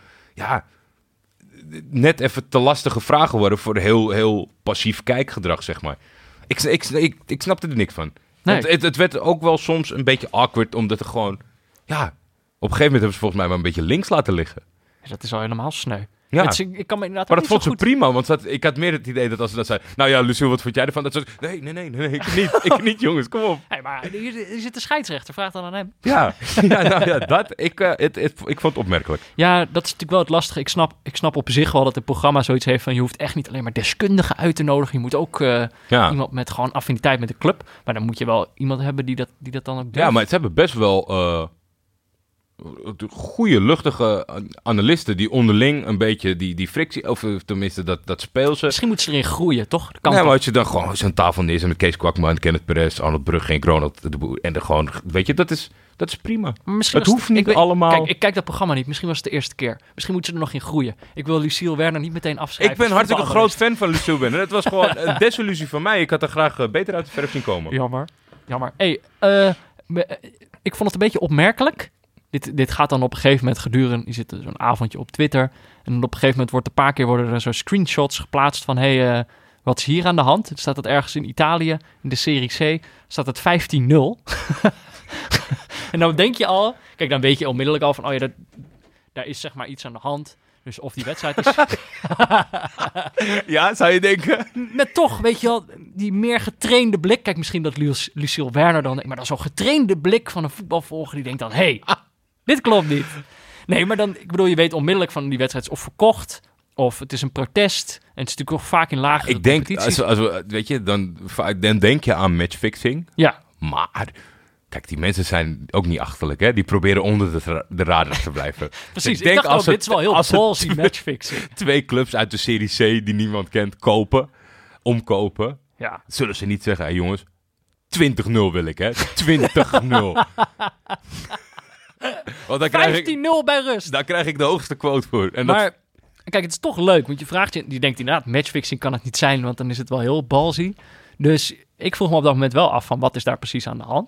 net even te lastige vragen worden voor heel, heel passief kijkgedrag, zeg maar. Ik snapte er niks van. Nee. Het werd ook wel soms een beetje awkward, omdat er gewoon, op een gegeven moment hebben ze volgens mij maar een beetje links laten liggen. Dat is al helemaal sneu. Ja. Ik kan me inderdaad Maar dat vond ze goed... prima, want ik had meer het idee dat als ze dat zei, nou ja, Lucille, wat vond jij ervan? Dat ze nee, ik niet, jongens, kom op. Hey, maar hier zit de scheidsrechter, vraag dan aan hem. Ik vond het opmerkelijk. Ja, dat is natuurlijk wel het lastige. Ik snap op zich wel dat het programma zoiets heeft van, je hoeft echt niet alleen maar deskundigen uit te nodigen. Je moet ook iemand met gewoon affiniteit met de club. Maar dan moet je wel iemand hebben die dat dan ook doet. Ja, maar het hebben best wel goede, luchtige analisten die onderling een beetje die frictie, of tenminste dat speel ze. Misschien moeten ze erin groeien, toch? Dat kan maar toch? als je dan gewoon zo'n tafel neerzet met Kees Kwakman, Kenneth Perez, Arnold Brugge en Ronald de Boer, en er gewoon, weet je, dat is prima. Het hoeft niet allemaal. Kijk, ik kijk dat programma niet. Misschien was het de eerste keer. Misschien moeten ze er nog in groeien. Ik wil Lucille Werner niet meteen afschrijven. Ik ben hartstikke een groot fan van Lucille Werner. Het was gewoon een desillusie van mij. Ik had er graag beter uit de verf zien komen. Jammer. Hey, ik vond het een beetje opmerkelijk. Dit gaat dan op een gegeven moment gedurende... Je zit zo'n avondje op Twitter. En op een gegeven moment worden er zo screenshots geplaatst van... wat is hier aan de hand? Het staat dat ergens in Italië, in de Serie C, staat het 15-0. En dan denk je al... Kijk, dan weet je onmiddellijk al van... daar is zeg maar iets aan de hand. Dus of die wedstrijd is... Ja, zou je denken? Met toch, weet je wel, die meer getrainde blik. Kijk, misschien dat Lucille Werner dan... Maar dan zo'n getrainde blik van een voetbalvolger die denkt dan... Dit klopt niet. Nee, maar dan, ik bedoel, je weet onmiddellijk van die wedstrijd is of verkocht, of het is een protest. En het is natuurlijk ook vaak in lagere competities. Als we, weet je, dan denk je aan matchfixing. Ja. Maar, kijk, die mensen zijn ook niet achterlijk, hè? Die proberen onder de radar te blijven. Precies, ik dacht ook, dit is wel heel ballsy matchfixing. 2 clubs uit de Serie C die niemand kent omkopen. Ja. Zullen ze niet zeggen, jongens, 20-0 wil ik, hè? 20-0. 15-0 bij rust. Daar krijg ik de hoogste quote voor. Maar kijk, het is toch leuk, want je denkt inderdaad, matchfixing kan het niet zijn, want dan is het wel heel ballsy. Dus ik vroeg me op dat moment wel af van wat is daar precies aan de hand.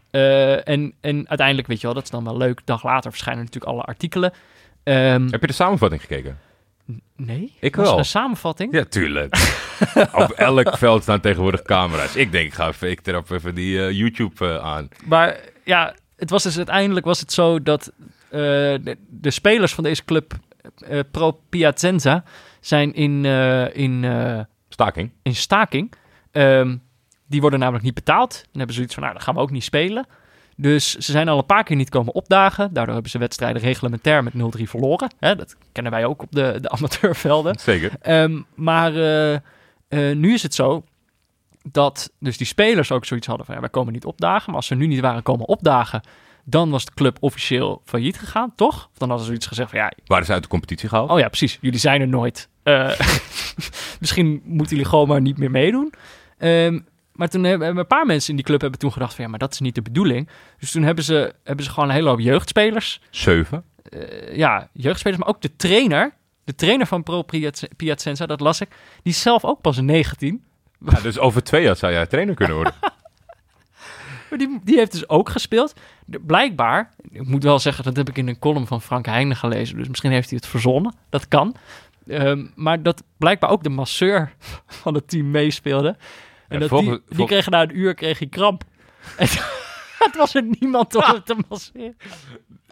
En uiteindelijk, weet je wel, dat is dan wel leuk. Dag later verschijnen natuurlijk alle artikelen. Heb je de samenvatting gekeken? Nee. Ik was wel. Er een samenvatting? Ja, tuurlijk. Op elk veld staan tegenwoordig camera's. Ik denk, ik trap even die YouTube aan. Maar ja, het was dus uiteindelijk was het zo dat de spelers van deze club Pro Piacenza zijn in staking. In staking. Die worden namelijk niet betaald. Dan hebben ze zoiets van, dan gaan we ook niet spelen. Dus ze zijn al een paar keer niet komen opdagen. Daardoor hebben ze wedstrijden reglementair met 0-3 verloren. Dat kennen wij ook op de amateurvelden. Zeker. Maar nu is het zo dat dus die spelers ook zoiets hadden van... wij komen niet opdagen, maar als ze nu niet waren komen opdagen... dan was de club officieel failliet gegaan, toch? Of dan hadden ze zoiets gezegd van waren ze uit de competitie gehaald? Oh ja, precies. Jullie zijn er nooit. Misschien moeten jullie gewoon maar niet meer meedoen. Maar toen hebben een paar mensen in die club hebben toen gedacht van... maar dat is niet de bedoeling. Dus toen hebben ze gewoon een hele hoop jeugdspelers. 7? Jeugdspelers, maar ook de trainer. De trainer van Pro Piacenza, dat las ik. Die is zelf ook pas 19. Ja, dus over 2 jaar zou jij trainer kunnen worden. Maar die heeft dus ook gespeeld. Blijkbaar, ik moet wel zeggen... dat heb ik in een column van Frank Heijnen gelezen... dus misschien heeft hij het verzonnen. Dat kan. Maar dat blijkbaar ook de masseur van het team meespeelde... En die kreeg na een uur kramp. En het was er niemand om hem te masseren.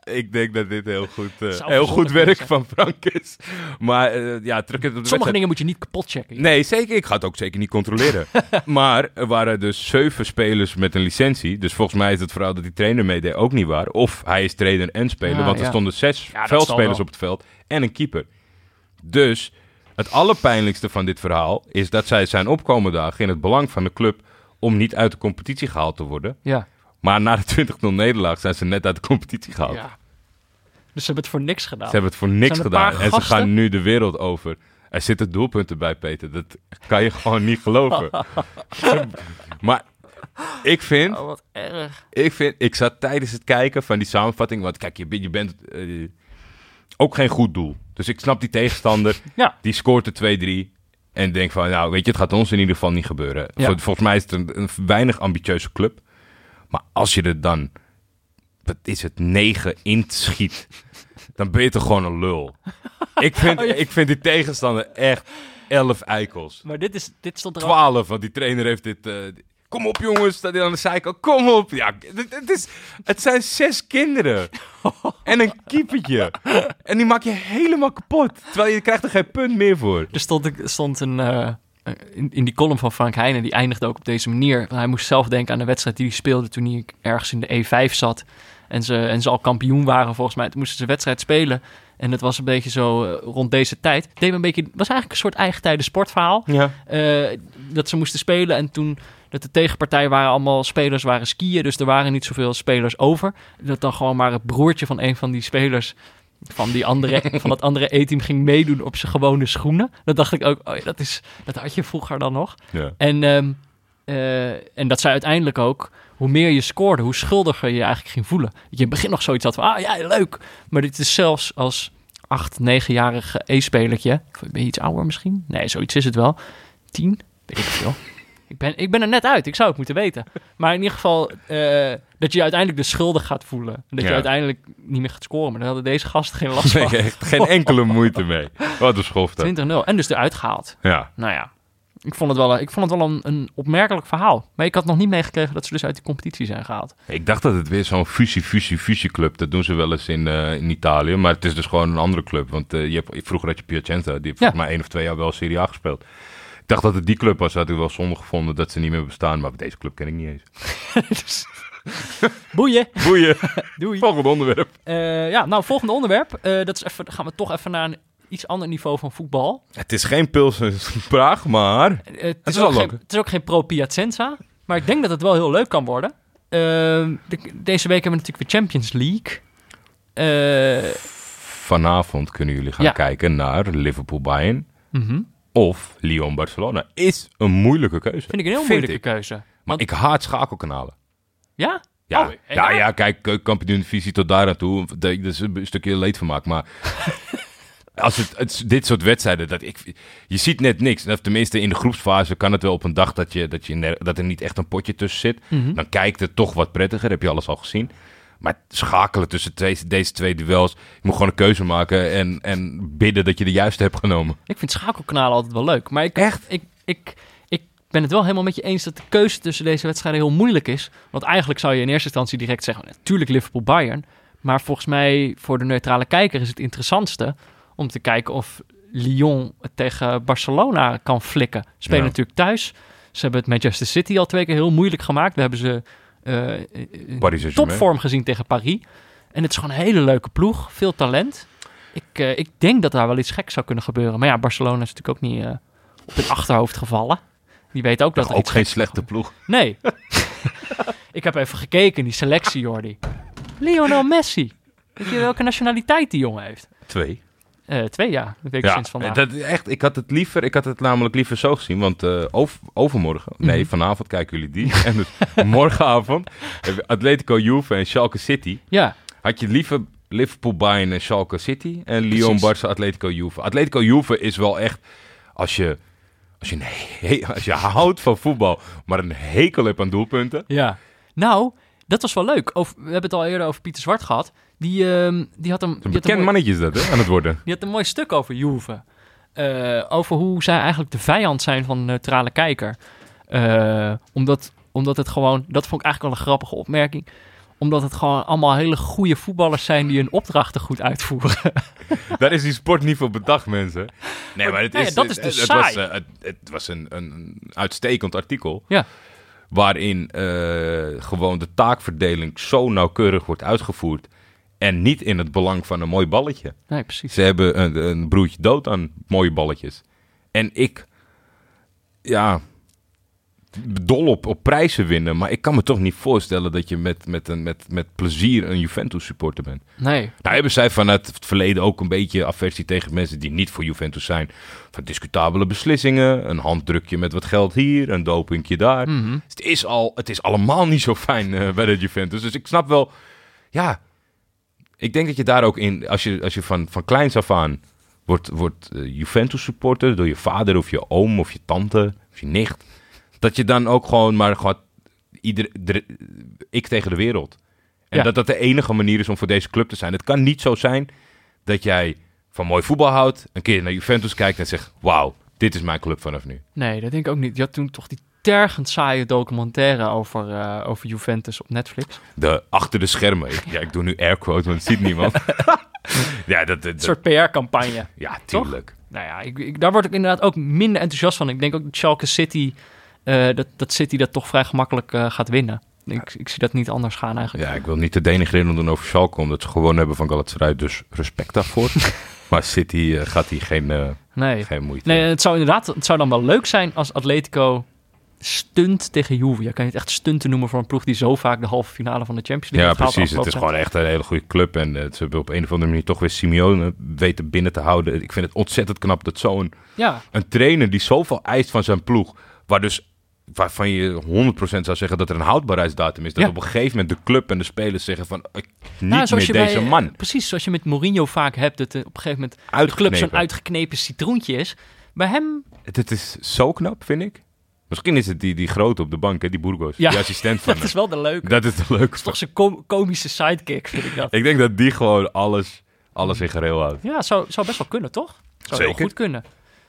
Ik denk dat dit heel goed verzonnen werk zijn. van Frank is. Maar terug op de Sommige dingen moet je niet kapot checken. Nee, zeker. Ik ga het ook zeker niet controleren. Maar er waren dus 7 spelers met een licentie. Dus volgens mij is het verhaal dat die trainer meedeed ook niet waar. Of hij is trainer en speler. Want er stonden 6 dat veldspelers zal op het veld en een keeper. Dus het allerpijnlijkste van dit verhaal is dat zij zijn opkomen dagen in het belang van de club om niet uit de competitie gehaald te worden. Ja. Maar na de 20-0 nederlaag zijn ze net uit de competitie gehaald. Ja. Dus ze hebben het voor niks gedaan. Ze hebben het voor niks Zijn er een gedaan. paar En ze gasten? gaan nu de wereld over. Er zitten doelpunten bij, Peter. Dat kan je gewoon niet geloven. Maar ik vind... Oh, wat erg. Ik zat tijdens het kijken van die samenvatting... Want kijk, je bent ook geen goed doel. Dus ik snap die tegenstander. Ja. Die scoort de 2-3. En denk van, nou weet je, het gaat ons in ieder geval niet gebeuren. Ja. Volgens mij is het een weinig ambitieuze club. Maar als je er dan... Wat is het? 9 inschiet... Dan ben je toch gewoon een lul. Ik vind die tegenstander echt 11 eikels. Maar dit stond er ook... 12, want die trainer heeft dit... kom op jongens, staat hij aan de zijkant. Kom op. Ja, het zijn 6 kinderen. En een keepertje. En die maak je helemaal kapot. Terwijl je krijgt er geen punt meer voor. Er stond een... in die column van Frank Heijnen, die eindigde ook op deze manier. Hij moest zelf denken aan de wedstrijd die hij speelde toen hij ergens in de E5 zat. En ze al kampioen waren volgens mij. Toen moesten ze wedstrijd spelen. En het was een beetje zo rond deze tijd. Het was eigenlijk een soort eigentijdig sportverhaal. Ja. Dat ze moesten spelen en toen... Dat de tegenpartij waren allemaal spelers waren skiën. Dus er waren niet zoveel spelers over. Dat dan gewoon maar het broertje van een van die spelers... van dat andere E-team ging meedoen op zijn gewone schoenen. Dan dacht ik ook, dat had je vroeger dan nog. Ja. En dat zei uiteindelijk ook, hoe meer je scoorde, hoe schuldiger je eigenlijk ging voelen. Je in het begin nog zoiets had van, ja, leuk. Maar dit is zelfs als 8, 9-jarige E-spelertje. Ben je iets ouder misschien? Nee, zoiets is het wel. 10? Weet ik veel. Ik ben er net uit, ik zou het moeten weten. Maar in ieder geval, dat je uiteindelijk de schuldig gaat voelen. Dat je uiteindelijk niet meer gaat scoren. Maar daar hadden deze gasten geen last van. Nee, echt geen enkele moeite mee. Wat een schofte. 20-0. En dus eruit gehaald. Ja. Nou ja, ik vond het wel een opmerkelijk verhaal. Maar ik had nog niet meegekregen dat ze dus uit die competitie zijn gehaald. Ik dacht dat het weer zo'n fusieclub. Dat doen ze wel eens in Italië. Maar het is dus gewoon een andere club. Want vroeger had je Piacenza. Die heeft volgens mij 1 of 2 jaar wel Serie A gespeeld. Ik dacht dat het die club was. Had ik wel zonde gevonden dat ze niet meer bestaan. Maar deze club ken ik niet eens. Boeien. Doei. Volgende onderwerp. Volgende onderwerp. Gaan we toch even naar een iets ander niveau van voetbal. Het is geen Pilsen Praag, maar het is ook geen Pro Piacenza. Maar ik denk dat het wel heel leuk kan worden. Deze week hebben we natuurlijk weer Champions League. Vanavond kunnen jullie gaan kijken naar Liverpool-Bayern. Of Lyon-Barcelona. Is een moeilijke keuze. Vind ik een heel moeilijke keuze. Maar ik haat schakelkanalen. Ja? Ja, kijk, keukenkampioen-divisie tot daar aan toe. Dat is een stukje leedvermaak. Maar als dit soort wedstrijden, je ziet net niks. Of tenminste, in de groepsfase kan het wel op een dag dat er niet echt een potje tussen zit. Dan kijkt het toch wat prettiger. Heb je alles al gezien. Maar schakelen tussen deze 2 duels. Je moet gewoon een keuze maken en bidden dat je de juiste hebt genomen. Ik vind schakelkanalen altijd wel leuk. Maar ik ben het wel helemaal met je eens dat de keuze tussen deze wedstrijden heel moeilijk is. Want eigenlijk zou je in eerste instantie direct zeggen, natuurlijk Liverpool-Bayern. Maar volgens mij voor de neutrale kijker is het interessantste om te kijken of Lyon tegen Barcelona kan flikken. Ze spelen natuurlijk thuis. Ze hebben het Manchester City al 2 keer heel moeilijk gemaakt. We hebben ze topvorm gezien tegen Paris. En het is gewoon een hele leuke ploeg. Veel talent. Ik denk dat daar wel iets geks zou kunnen gebeuren. Maar ja, Barcelona is natuurlijk ook niet op het achterhoofd gevallen. Die weet ook dat er ook geen slechte ploeg. Nee. Ik heb even gekeken, die selectie, Jordi. Lionel Messi. Weet je welke nationaliteit die jongen heeft? 2. 2, ja. Dat weet ik sinds vandaag. Dat is echt, ik had het namelijk liever zo gezien. Want overmorgen, vanavond kijken jullie die. En dus morgenavond, Atletico Juve en Schalke City. Ja. Had je liever Liverpool, Bayern en Schalke City. En Lyon, Barça, Atletico Juve. Atletico Juve is wel echt, als je houdt van voetbal, maar een hekel hebt aan doelpunten. Ja. Nou, dat was wel leuk. We hebben het al eerder over Pieter Zwart gehad. Die had een bekend mannetje is dat, hè, aan het worden. Die had een mooi stuk over Juve. Over hoe zij eigenlijk de vijand zijn van de neutrale kijker. Omdat het gewoon, dat vond ik eigenlijk wel een grappige opmerking. Omdat het gewoon allemaal hele goede voetballers zijn die hun opdrachten goed uitvoeren. Daar is die sport niet voor bedacht, mensen. Nee, maar het was een uitstekend artikel. Ja. Waarin gewoon de taakverdeling zo nauwkeurig wordt uitgevoerd. En niet in het belang van een mooi balletje. Nee, precies. Ze hebben een broertje dood aan mooie balletjes. En ik, dol op prijzen winnen. Maar ik kan me toch niet voorstellen dat je met plezier een Juventus supporter bent. Nee. Nou hebben zij vanuit het verleden ook een beetje aversie tegen mensen die niet voor Juventus zijn. Van discutabele beslissingen, een handdrukje met wat geld hier, een dopingje daar. Mm-hmm. Dus het is allemaal niet zo fijn bij de Juventus. Dus ik snap wel, ik denk dat je daar ook in, als je van kleins af aan wordt Juventus supporter door je vader of je oom of je tante of je nicht. Dat je dan ook gewoon ik tegen de wereld. En dat de enige manier is om voor deze club te zijn. Het kan niet zo zijn dat jij van mooi voetbal houdt, een keer naar Juventus kijkt en zegt, wauw, dit is mijn club vanaf nu. Nee, dat denk ik ook niet. Je had toen toch die tergend saaie documentaire over Juventus op Netflix. Achter de schermen. Ik doe nu airquote, want het ziet niemand. Een soort PR-campagne. Ja, tuurlijk. Toch? Nou ja, daar word ik inderdaad ook minder enthousiast van. Ik denk ook dat Schalke City, dat City dat toch vrij gemakkelijk gaat winnen. Ik zie dat niet anders gaan eigenlijk. Ja, ik wil niet te denigreren doen over Schalke, omdat ze gewonnen hebben van Galatasaray. Dus respect daarvoor. Maar City gaat hier geen moeite. Nee, het zou dan wel leuk zijn als Atletico stunt tegen Juve. Je kan het echt stunten noemen voor een ploeg die zo vaak de halve finale van de Champions League heeft gehaald. Ja, precies. Het is gewoon echt een hele goede club. En ze hebben op een of andere manier toch weer Simeone weten binnen te houden. Ik vind het ontzettend knap dat een trainer die zoveel eist van zijn ploeg, waarvan je 100% zou zeggen dat er een houdbaarheidsdatum is. Dat op een gegeven moment de club en de spelers zeggen van, niet meer deze man. Precies, zoals je met Mourinho vaak hebt, dat op een gegeven moment de club zo'n uitgeknepen citroentje is. Bij hem... Het is zo knap, vind ik. Misschien is het die grote op de bank, hè, die Burgos. Die assistent van dat is wel de leuke. Dat is de leuke. Dat is toch zijn komische sidekick, vind ik dat. Ik denk dat die gewoon alles in gereel houdt. Ja, zou best wel kunnen, toch? Zou Zeker. Heel goed kunnen.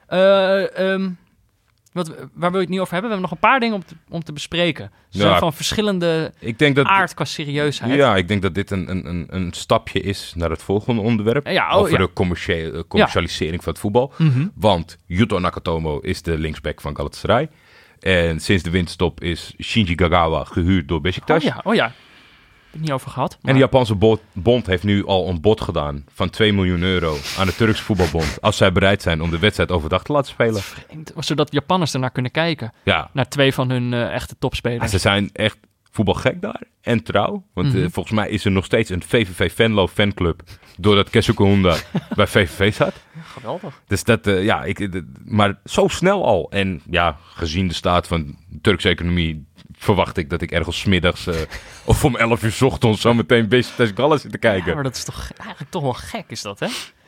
Waar wil je het niet over hebben? We hebben nog een paar dingen om te bespreken. Ze zijn van verschillende aard qua serieusheid. Ja, ik denk dat dit een stapje is naar het volgende onderwerp. Over de commercialisering van het voetbal. Mm-hmm. Want Yuto Nakatomo is de linksback van Galatasaray. En sinds de winterstop is Shinji Kagawa gehuurd door Beşiktaş. Oh ja. Heb ik niet over gehad. Maar... En de Japanse bond heeft nu al een bod gedaan van 2 miljoen euro aan de Turkse voetbalbond. Als zij bereid zijn om de wedstrijd overdag te laten spelen. Vreemd, zodat Japanners ernaar kunnen kijken. Ja. Naar 2 van hun echte topspelers. Ja, ze zijn echt voetbalgek daar en trouw. Want volgens mij is er nog steeds een VVV Venlo fanclub. Doordat Keisuke Honda bij VVV zat. Geweldig. Dus dat, maar zo snel al. En ja, gezien de staat van de Turkse economie verwacht ik dat ik ergens 's middags of om 11 uur 's ochtends zo meteen Beşiktaş Galatasaray zit te kijken. Ja, maar dat is toch eigenlijk toch wel gek, is dat, hè?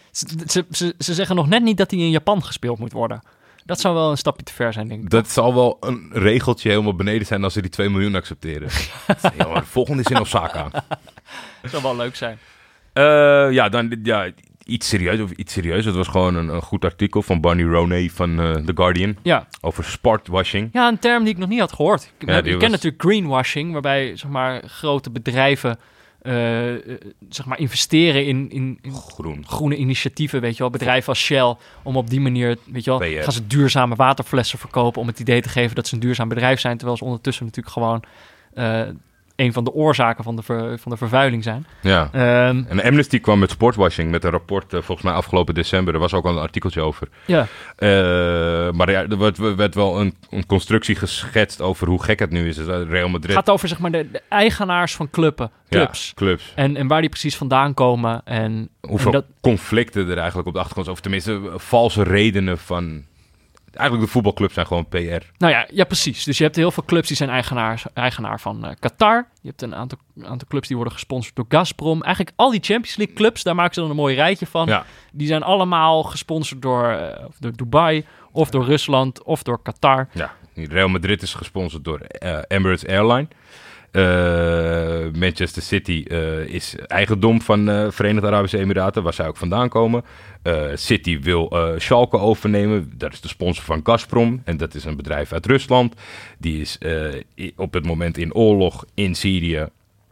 Ze zeggen nog net niet dat hij in Japan gespeeld moet worden. Dat zou wel een stapje te ver zijn, denk ik. Dat zal wel een regeltje helemaal beneden zijn als ze die 2 miljoen accepteren. De volgende is in Osaka. Dat zou wel leuk zijn. Iets serieus. Het was gewoon een goed artikel van Barney Ronay van The Guardian. Ja. Over sportwashing. Ja, een term die ik nog niet had gehoord. Ik ken natuurlijk greenwashing, waarbij zeg maar grote bedrijven zeg maar investeren in groene initiatieven, weet je wel. Bedrijven als Shell, om op die manier, weet je wel, gaan ze duurzame waterflessen verkopen om het idee te geven dat ze een duurzaam bedrijf zijn, terwijl ze ondertussen natuurlijk gewoon een van de oorzaken van de vervuiling zijn. Ja. En Amnesty kwam met sportwashing, met een rapport volgens mij afgelopen december. Er was ook al een artikeltje over. Ja. Maar ja, er werd wel een constructie geschetst over hoe gek het nu is. Real Madrid. Het gaat over zeg maar de eigenaars van clubs. Ja, clubs. En waar die precies vandaan komen. En hoeveel conflicten er eigenlijk op de achtergrond, of tenminste valse redenen van. Eigenlijk de voetbalclubs zijn gewoon PR. Nou ja, precies. Dus je hebt heel veel clubs die zijn eigenaar van Qatar. Je hebt een aantal clubs die worden gesponsord door Gazprom. Eigenlijk al die Champions League clubs, daar maken ze dan een mooi rijtje van. Ja. Die zijn allemaal gesponsord door Dubai, of door Rusland, of door Qatar. Ja, Real Madrid is gesponsord door Emirates Airline. Manchester City is eigendom van Verenigde Arabische Emiraten, waar zij ook vandaan komen. City wil Schalke overnemen. Dat is de sponsor van Gazprom. En dat is een bedrijf uit Rusland. Die is op het moment in oorlog in Syrië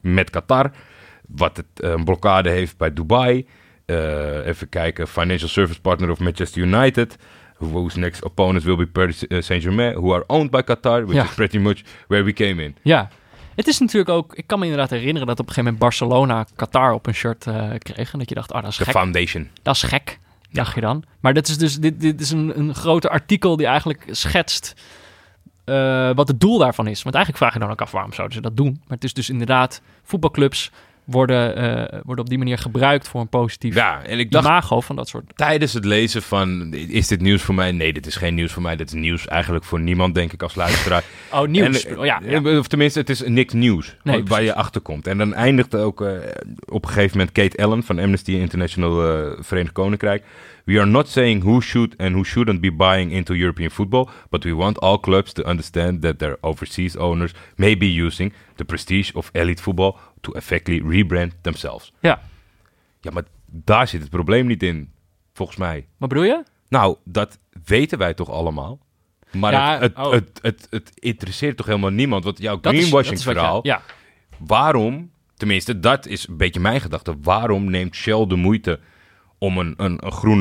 met Qatar. Wat het een blokkade heeft bij Dubai. Even kijken. Financial Service Partner of Manchester United. Whose next opponents will be Paris Saint-Germain. Who are owned by Qatar. Which is pretty much where we came in. Ja. Het is natuurlijk ook... Ik kan me inderdaad herinneren dat op een gegeven moment Barcelona Qatar op een shirt kreeg. En dat je dacht, dat is gek. De foundation. Dat is gek, dacht je dan. Maar dit is dus dit is een groter artikel die eigenlijk schetst wat het doel daarvan is. Want eigenlijk vraag je dan ook af, waarom zouden ze dat doen? Maar het is dus inderdaad, voetbalclubs worden op die manier gebruikt voor een positief en ik dacht, imago van dat soort... Tijdens het lezen van, is dit nieuws voor mij? Nee, dit is geen nieuws voor mij. Dit is nieuws eigenlijk voor niemand, denk ik, als luisteraar. Oh, nieuws. Of tenminste, het is niks nieuws waar je achter komt. En dan eindigt ook op een gegeven moment Kate Allen van Amnesty International Verenigd Koninkrijk. We are not saying who should and who shouldn't be buying into European football, but we want all clubs to understand that their overseas owners may be using the prestige of elite football to effectively rebrand themselves. Ja. Ja, maar daar zit het probleem niet in, volgens mij. Wat bedoel je? Nou, dat weten wij toch allemaal. Maar het interesseert toch helemaal niemand. Want jouw greenwashing verhaal, waarom, tenminste dat is een beetje mijn gedachte, waarom neemt Shell de moeite om een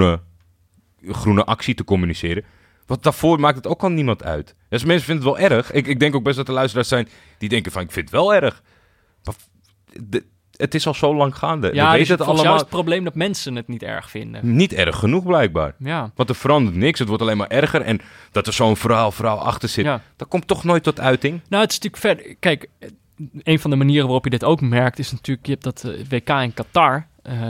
groene actie te communiceren? Want daarvoor maakt het ook al niemand uit. Dus mensen vinden het wel erg. Ik denk ook best dat er luisteraars zijn die denken van, ik vind het wel erg. Maar het is al zo lang gaande. Ja, dus het allemaal is het probleem dat mensen het niet erg vinden. Niet erg genoeg blijkbaar. Ja. Want er verandert niks. Het wordt alleen maar erger. En dat er zo'n verhaal achter zit, dat komt toch nooit tot uiting? Nou, het is natuurlijk verder. Kijk, een van de manieren waarop je dit ook merkt is natuurlijk, je hebt dat WK in Qatar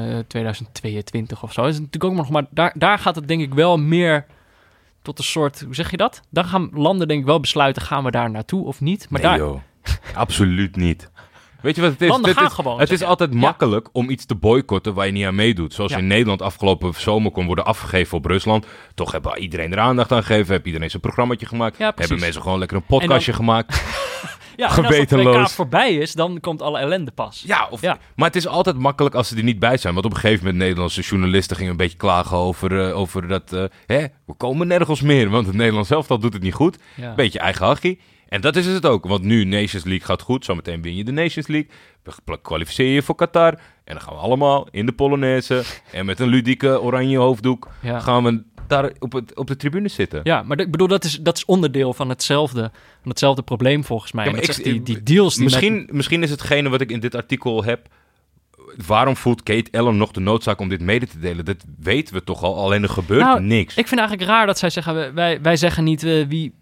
2022 of zo. Is natuurlijk ook nog maar daar gaat het denk ik wel meer tot een soort, hoe zeg je dat? Dan gaan landen denk ik wel besluiten, gaan we daar naartoe of niet? Maar nee, joh. Absoluut niet. Weet je wat het is? Landen gaan gewoon. Het is altijd makkelijk om iets te boycotten waar je niet aan meedoet. Zoals in Nederland afgelopen zomer kon worden afgegeven op Rusland. Toch hebben iedereen er aandacht aan gegeven. Heeft iedereen zijn programmaatje gemaakt. Ja, hebben mensen gewoon lekker een podcastje gemaakt. Ja, en als het WK voorbij is, dan komt alle ellende pas. Maar het is altijd makkelijk als ze er niet bij zijn. Want op een gegeven moment Nederlandse journalisten gingen een beetje klagen over dat... we komen nergens meer, want het Nederlands elftal doet het niet goed. Ja. Beetje eigen hachie. En dat is het ook, want nu Nations League gaat goed. Zometeen win je de Nations League. We kwalificeren je voor Qatar. En dan gaan we allemaal in de Polonaise en met een ludieke oranje hoofddoek gaan we daar op de tribune zitten. Ja, maar ik bedoel, dat is onderdeel van hetzelfde probleem volgens mij. Ja, maar die deals... Misschien is hetgene wat ik in dit artikel heb... Waarom voelt Kate Allen nog de noodzaak om dit mede te delen? Dat weten we toch al, alleen er gebeurt niks. Ik vind eigenlijk raar dat zij zeggen... Wij zeggen niet wie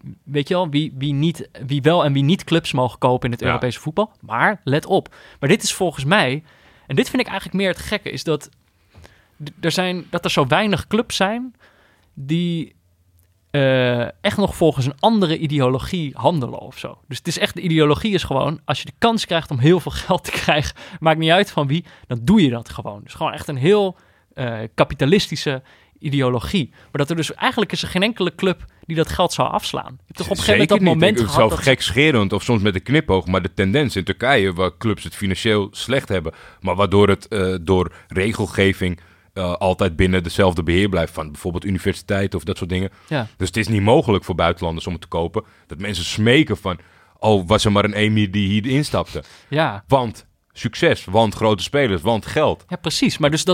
wel en wie niet clubs mogen kopen in het Europese voetbal. Maar let op. Maar dit is volgens mij... En dit vind ik eigenlijk meer het gekke... is dat er zo weinig clubs zijn... die echt nog volgens een andere ideologie handelen of zo. Dus het is echt, de ideologie is gewoon... als je de kans krijgt om heel veel geld te krijgen... maakt niet uit van wie, dan doe je dat gewoon. Dus gewoon echt een heel kapitalistische ideologie. Maar dat er dus eigenlijk is er geen enkele club... die dat geld zou afslaan. Je hebt toch op een gegeven moment dat moment gehad... Zelf gekscherend of soms met een knipoog... maar de tendens in Turkije... waar clubs het financieel slecht hebben... maar waardoor het door regelgeving... altijd binnen dezelfde beheer blijft van bijvoorbeeld universiteiten of dat soort dingen. Ja. Dus het is niet mogelijk voor buitenlanders om het te kopen. Dat mensen smeken van, was er maar een emir die hier instapte. Ja. Want succes, want grote spelers, want geld. Ja, precies. Maar dus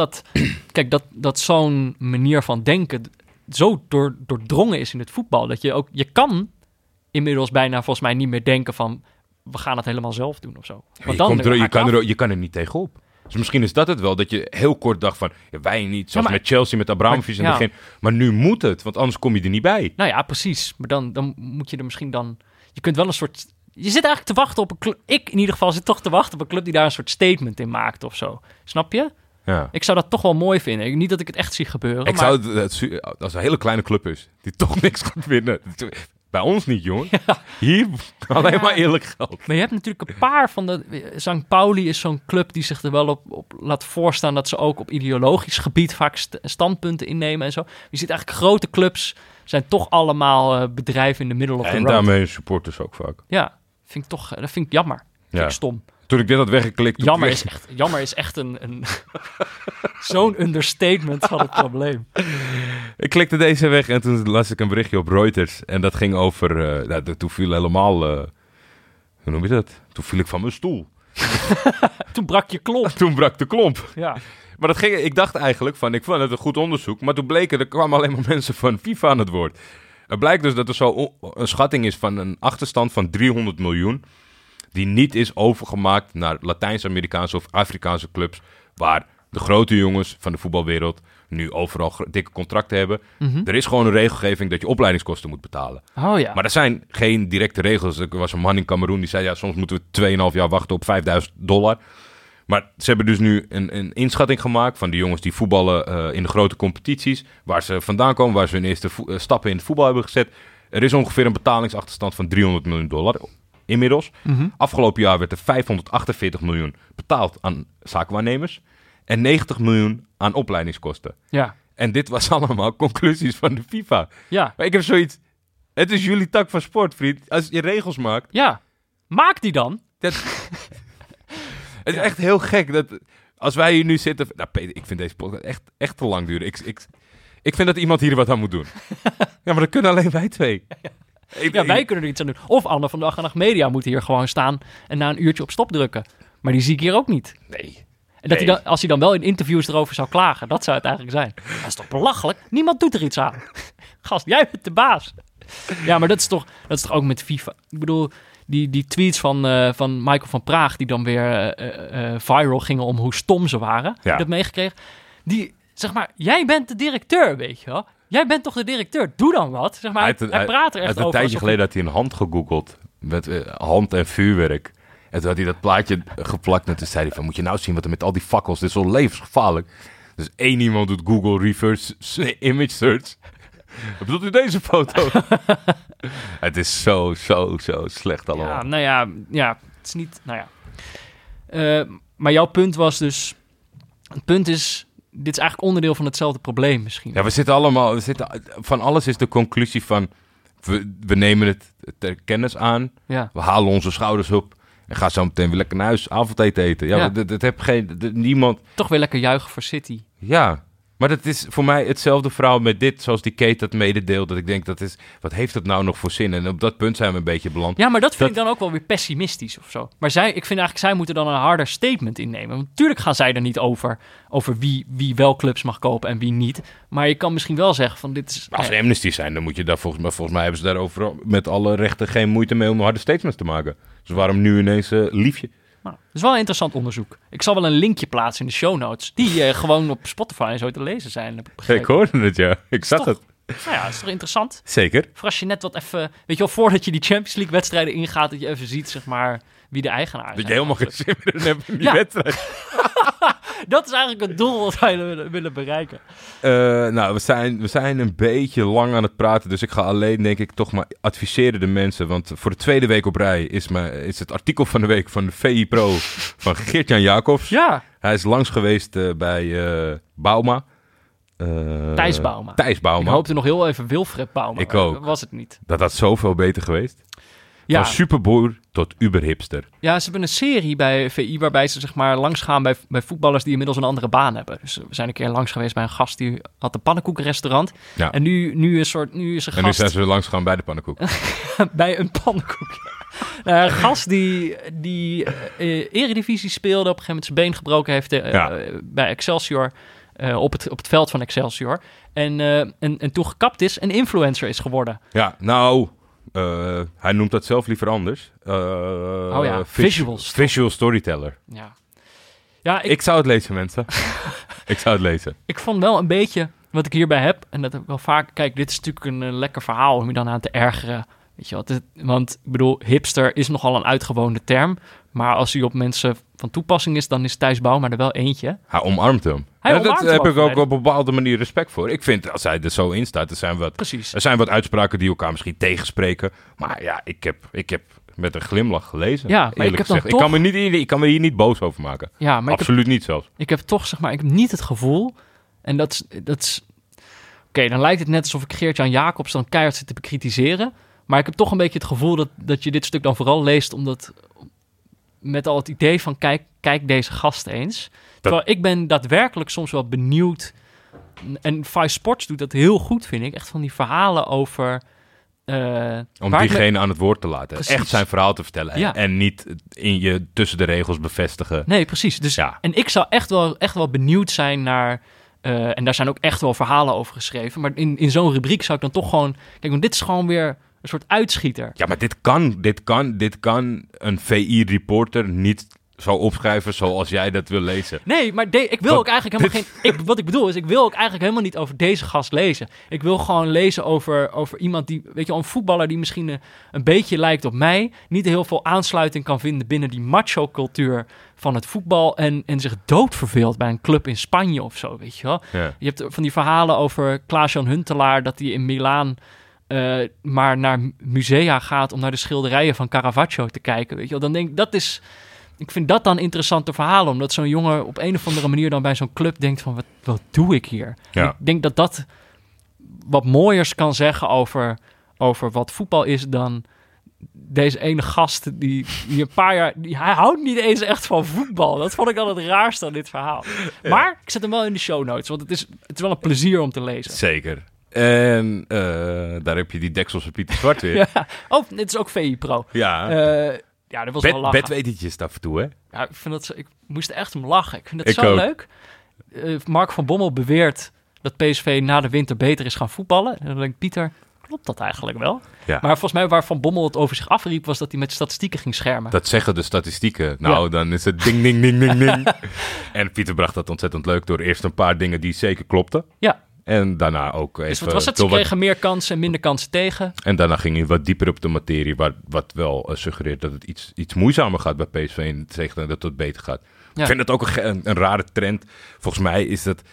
dat zo'n manier van denken zo doordrongen is in het voetbal, dat je kan inmiddels bijna volgens mij niet meer denken van, we gaan het helemaal zelf doen of zo. Want je kan er niet tegenop. Dus misschien is dat het wel, dat je heel kort dacht van... wij niet, zoals met Chelsea, met Abramovich in het begin. Maar nu moet het, want anders kom je er niet bij. Nou ja, precies. Maar dan moet je er misschien dan... Je kunt wel een soort... Je zit eigenlijk te wachten op een club... Ik in ieder geval zit toch te wachten op een club die daar een soort statement in maakt of zo. Snap je? Ja. Ik zou dat toch wel mooi vinden. Niet dat ik het echt zie gebeuren. Als een hele kleine club is, die toch niks gaat winnen... Bij ons niet, jongen. Ja. Hier alleen maar eerlijk geld. Maar je hebt natuurlijk een paar van de... St. Pauli is zo'n club die zich er wel op laat voorstaan... dat ze ook op ideologisch gebied vaak standpunten innemen en zo. Je ziet eigenlijk grote clubs zijn toch allemaal bedrijven in de middle of the road. En daarmee supporters ook vaak. Ja, dat vind ik jammer. Vind ik stom. Toen ik dit had weggeklikt... Jammer is echt een zo'n understatement van het probleem. Ik klikte deze weg en toen las ik een berichtje op Reuters. En dat ging over... toen viel helemaal... hoe noem je dat? Toen viel ik van mijn stoel. Toen brak je klomp. Toen brak de klomp. Ja. Maar ik dacht eigenlijk ik vond het een goed onderzoek. Maar toen bleken, er kwamen alleen maar mensen van FIFA aan het woord. Het blijkt dus dat er zo een schatting is van een achterstand van 300 miljoen... die niet is overgemaakt naar Latijns-Amerikaanse of Afrikaanse clubs... waar de grote jongens van de voetbalwereld nu overal dikke contracten hebben. Mhm. Er is gewoon een regelgeving dat je opleidingskosten moet betalen. Oh ja. Maar er zijn geen directe regels. Er was een man in Kameroen die zei... soms moeten we 2,5 jaar wachten op $5.000. Maar ze hebben dus nu een inschatting gemaakt... van de jongens die voetballen in de grote competities... waar ze vandaan komen, waar ze hun eerste stappen in het voetbal hebben gezet. Er is ongeveer een betalingsachterstand van $300 miljoen inmiddels. Mhm. Afgelopen jaar werd er 548 miljoen betaald aan zakenwaarnemers... en 90 miljoen aan opleidingskosten. Ja. En dit was allemaal conclusies van de FIFA. Ja. Maar ik heb zoiets... Het is jullie tak van sport, vriend. Als je regels maakt... Ja. Maak die dan. Het is echt heel gek dat... Als wij hier nu zitten... Nou, Peter, ik vind deze podcast echt te lang duren. Ik vind dat iemand hier wat aan moet doen. Ja, maar dat kunnen alleen wij twee. Ja, wij kunnen er iets aan doen. Of Anne van Dag en Nacht Media moet hier gewoon staan... en na een uurtje op stop drukken. Maar die zie ik hier ook niet. Nee. En dat hij dan, als hij dan wel in interviews erover zou klagen, dat zou het eigenlijk zijn. Dat is toch belachelijk? Niemand doet er iets aan. Gast, jij bent de baas. Ja, maar dat is toch ook met FIFA. Ik bedoel, die tweets van Michael van Praag, die dan weer viral gingen om hoe stom ze waren. Ja. Heb je dat meegekregen? Die, zeg maar, jij bent de directeur, weet je wel. Jij bent toch de directeur? Doe dan wat. Zeg maar, hij praat er echt over. Een tijdje geleden had hij een hand gegoogeld met hand en vuurwerk. En toen had hij dat plaatje geplakt en toen zei hij van... moet je nou zien wat er met al die fakkels... dit is zo levensgevaarlijk. Dus 1 iemand doet Google reverse image search. Wat bedoelt u deze foto? Het is zo slecht allemaal. Ja, nou ja, het is niet... Nou ja. Maar jouw punt was dus... Het punt is... Dit is eigenlijk onderdeel van hetzelfde probleem misschien. Ja, van alles is de conclusie van... We nemen het ter kennis aan. Ja. We halen onze schouders op. En gaan zo meteen weer lekker naar huis avondeten eten. Ja, Ja. dat heb niemand... Toch weer lekker juichen voor City. Ja, maar dat is voor mij hetzelfde verhaal met dit, zoals die Kate dat mededeelt. Dat ik denk, wat heeft het nou nog voor zin? En op dat punt zijn we een beetje beland. Ja, maar dat vind ik dan ook wel weer pessimistisch of zo. Maar ik vind eigenlijk, zij moeten dan een harder statement innemen. Want natuurlijk gaan zij er niet over wie wel clubs mag kopen en wie niet. Maar je kan misschien wel zeggen van dit is... Als er amnesty zijn, dan moet je daar volgens mij hebben ze daarover met alle rechten geen moeite mee om harde statements te maken. Dus waarom nu ineens liefje? Nou, dat is wel een interessant onderzoek. Ik zal wel een linkje plaatsen in de show notes. Die gewoon op Spotify en zo te lezen zijn. Heb ik begrepen. Ik hoorde het, ja. Ik zag het. Nou ja, dat is toch interessant? Zeker. Voor als je net wat even... Weet je wel, voordat je die Champions League wedstrijden ingaat... dat je even ziet, zeg maar, wie de eigenaar is. Dat je helemaal geen zin meer in hebt in die Ja. wedstrijd. Dat is eigenlijk het doel wat wij willen bereiken. Nou, we zijn een beetje lang aan het praten. Dus ik ga alleen, denk ik, toch maar adviseren de mensen. Want voor de tweede week op rij is het artikel van de week van de VI Pro van Geert-Jan Jacobs. Ja. Hij is langs geweest bij Bauma. Thijs Bauma. Thijs Bauma. Ik hoopte nog heel even Wilfred Bauma. Ik maar ook. dat was het niet. Dat had zoveel beter geweest. Ja. Van superboer tot uberhipster. Ja, ze hebben een serie bij VI waarbij ze zeg maar langs gaan bij voetballers die inmiddels een andere baan hebben. Dus we zijn een keer langs geweest bij een gast die had een pannenkoekenrestaurant. Ja. En nu is een gast... En nu zijn ze langs gegaan bij de pannenkoek. bij een pannenkoek. Een gast die Eredivisie speelde, op een gegeven moment zijn been gebroken heeft bij Excelsior. Op het veld van Excelsior. En toen gekapt is en influencer is geworden. Ja, nou... hij noemt dat zelf liever anders. Visuals. Visual storyteller. Ja, Ik zou het lezen, mensen. Ik zou het lezen. Ik vond wel een beetje wat ik hierbij heb, en dat heb ik wel vaak... Kijk, dit is natuurlijk een lekker verhaal om je dan aan te ergeren. Weet je wat? Want ik bedoel, hipster is nogal een uitgewoonde term. Maar als hij op mensen van toepassing is, dan is Thijs Bauma er wel eentje. Hij omarmt hem. Hij omarmt daar hem heb ik ook volledig. op een bepaalde manier respect voor. Ik vind, als hij er zo in staat, Precies. er zijn wat uitspraken die elkaar misschien tegenspreken. Maar ja, ik heb met een glimlach gelezen. Ja, maar eerlijk ik heb dan gezegd. Ik kan me hier niet boos over maken. Ja, maar Absoluut niet zelfs. ik heb toch, zeg maar, ik heb niet het gevoel... En dat is Oké, dan lijkt het net alsof ik Geert-Jan Jacobs dan keihard zit te bekritiseren. Maar ik heb toch een beetje het gevoel dat je dit stuk dan vooral leest... omdat met al het idee van kijk deze gast eens. Terwijl ik ben daadwerkelijk soms wel benieuwd... En Vice Sports doet dat heel goed, vind ik. Echt van die verhalen over Om diegene aan het woord te laten. Precies. Echt zijn verhaal te vertellen. Ja. En niet in je tussen de regels bevestigen. Nee, precies. Dus, Ja. En ik zou echt wel benieuwd zijn naar... en daar zijn ook echt wel verhalen over geschreven. Maar in zo'n rubriek zou ik dan toch gewoon... Kijk, want dit is gewoon weer een soort uitschieter. Ja, maar dit kan een VI-reporter niet zo opschrijven zoals jij dat wil lezen. Nee, maar ik wil ook eigenlijk helemaal geen... Wat ik bedoel is, ik wil ook eigenlijk helemaal niet over deze gast lezen. Ik wil gewoon lezen over iemand die... Weet je, een voetballer die misschien een beetje lijkt op mij. Niet heel veel aansluiting kan vinden binnen die macho-cultuur van het voetbal. En zich doodverveelt bij een club in Spanje of zo, weet je wel. Ja. Je hebt van die verhalen over Klaas-Jan Huntelaar... dat hij in Milaan maar naar musea gaat om naar de schilderijen van Caravaggio te kijken, weet je wel. Dan denk ik, ik vind dat dan interessante verhalen, omdat zo'n jongen op een of andere manier dan bij zo'n club denkt van, wat doe ik hier? Ja. Ik denk dat dat wat mooiers kan zeggen over wat voetbal is dan deze ene gast die een paar jaar... hij houdt niet eens echt van voetbal. Dat vond ik dan het raarste aan dit verhaal. Ja. Maar ik zet hem wel in de show notes, want het is wel een plezier om te lezen. Zeker. En daar heb je die dekselse Pieter Zwart weer. Ja. Oh, dit is ook VI Pro. Ja. Ja, dat was wel lachen. Bedweetjes af en toe, hè? Ja, ik moest er echt om lachen. Ik vind het Ik zo ook. leuk. Mark van Bommel beweert dat PSV na de winter beter is gaan voetballen. En dan denk ik, Pieter, klopt dat eigenlijk wel? Ja. Maar volgens mij waar Van Bommel het over zich afriep, was dat hij met statistieken ging schermen. Dat zeggen de statistieken. Nou, dan is het ding, ding, ding, ding, ding. En Pieter bracht dat ontzettend leuk door eerst een paar dingen die zeker klopten. Ja. En daarna ook even... Dus wat was het? Ze kregen meer kansen en minder kansen tegen. En daarna ging hij wat dieper op de materie, wat wel suggereert dat het iets moeizamer gaat bij PSV in tegenstelling dat het beter gaat. Ja. Ik vind dat ook een rare trend. Volgens mij is dat...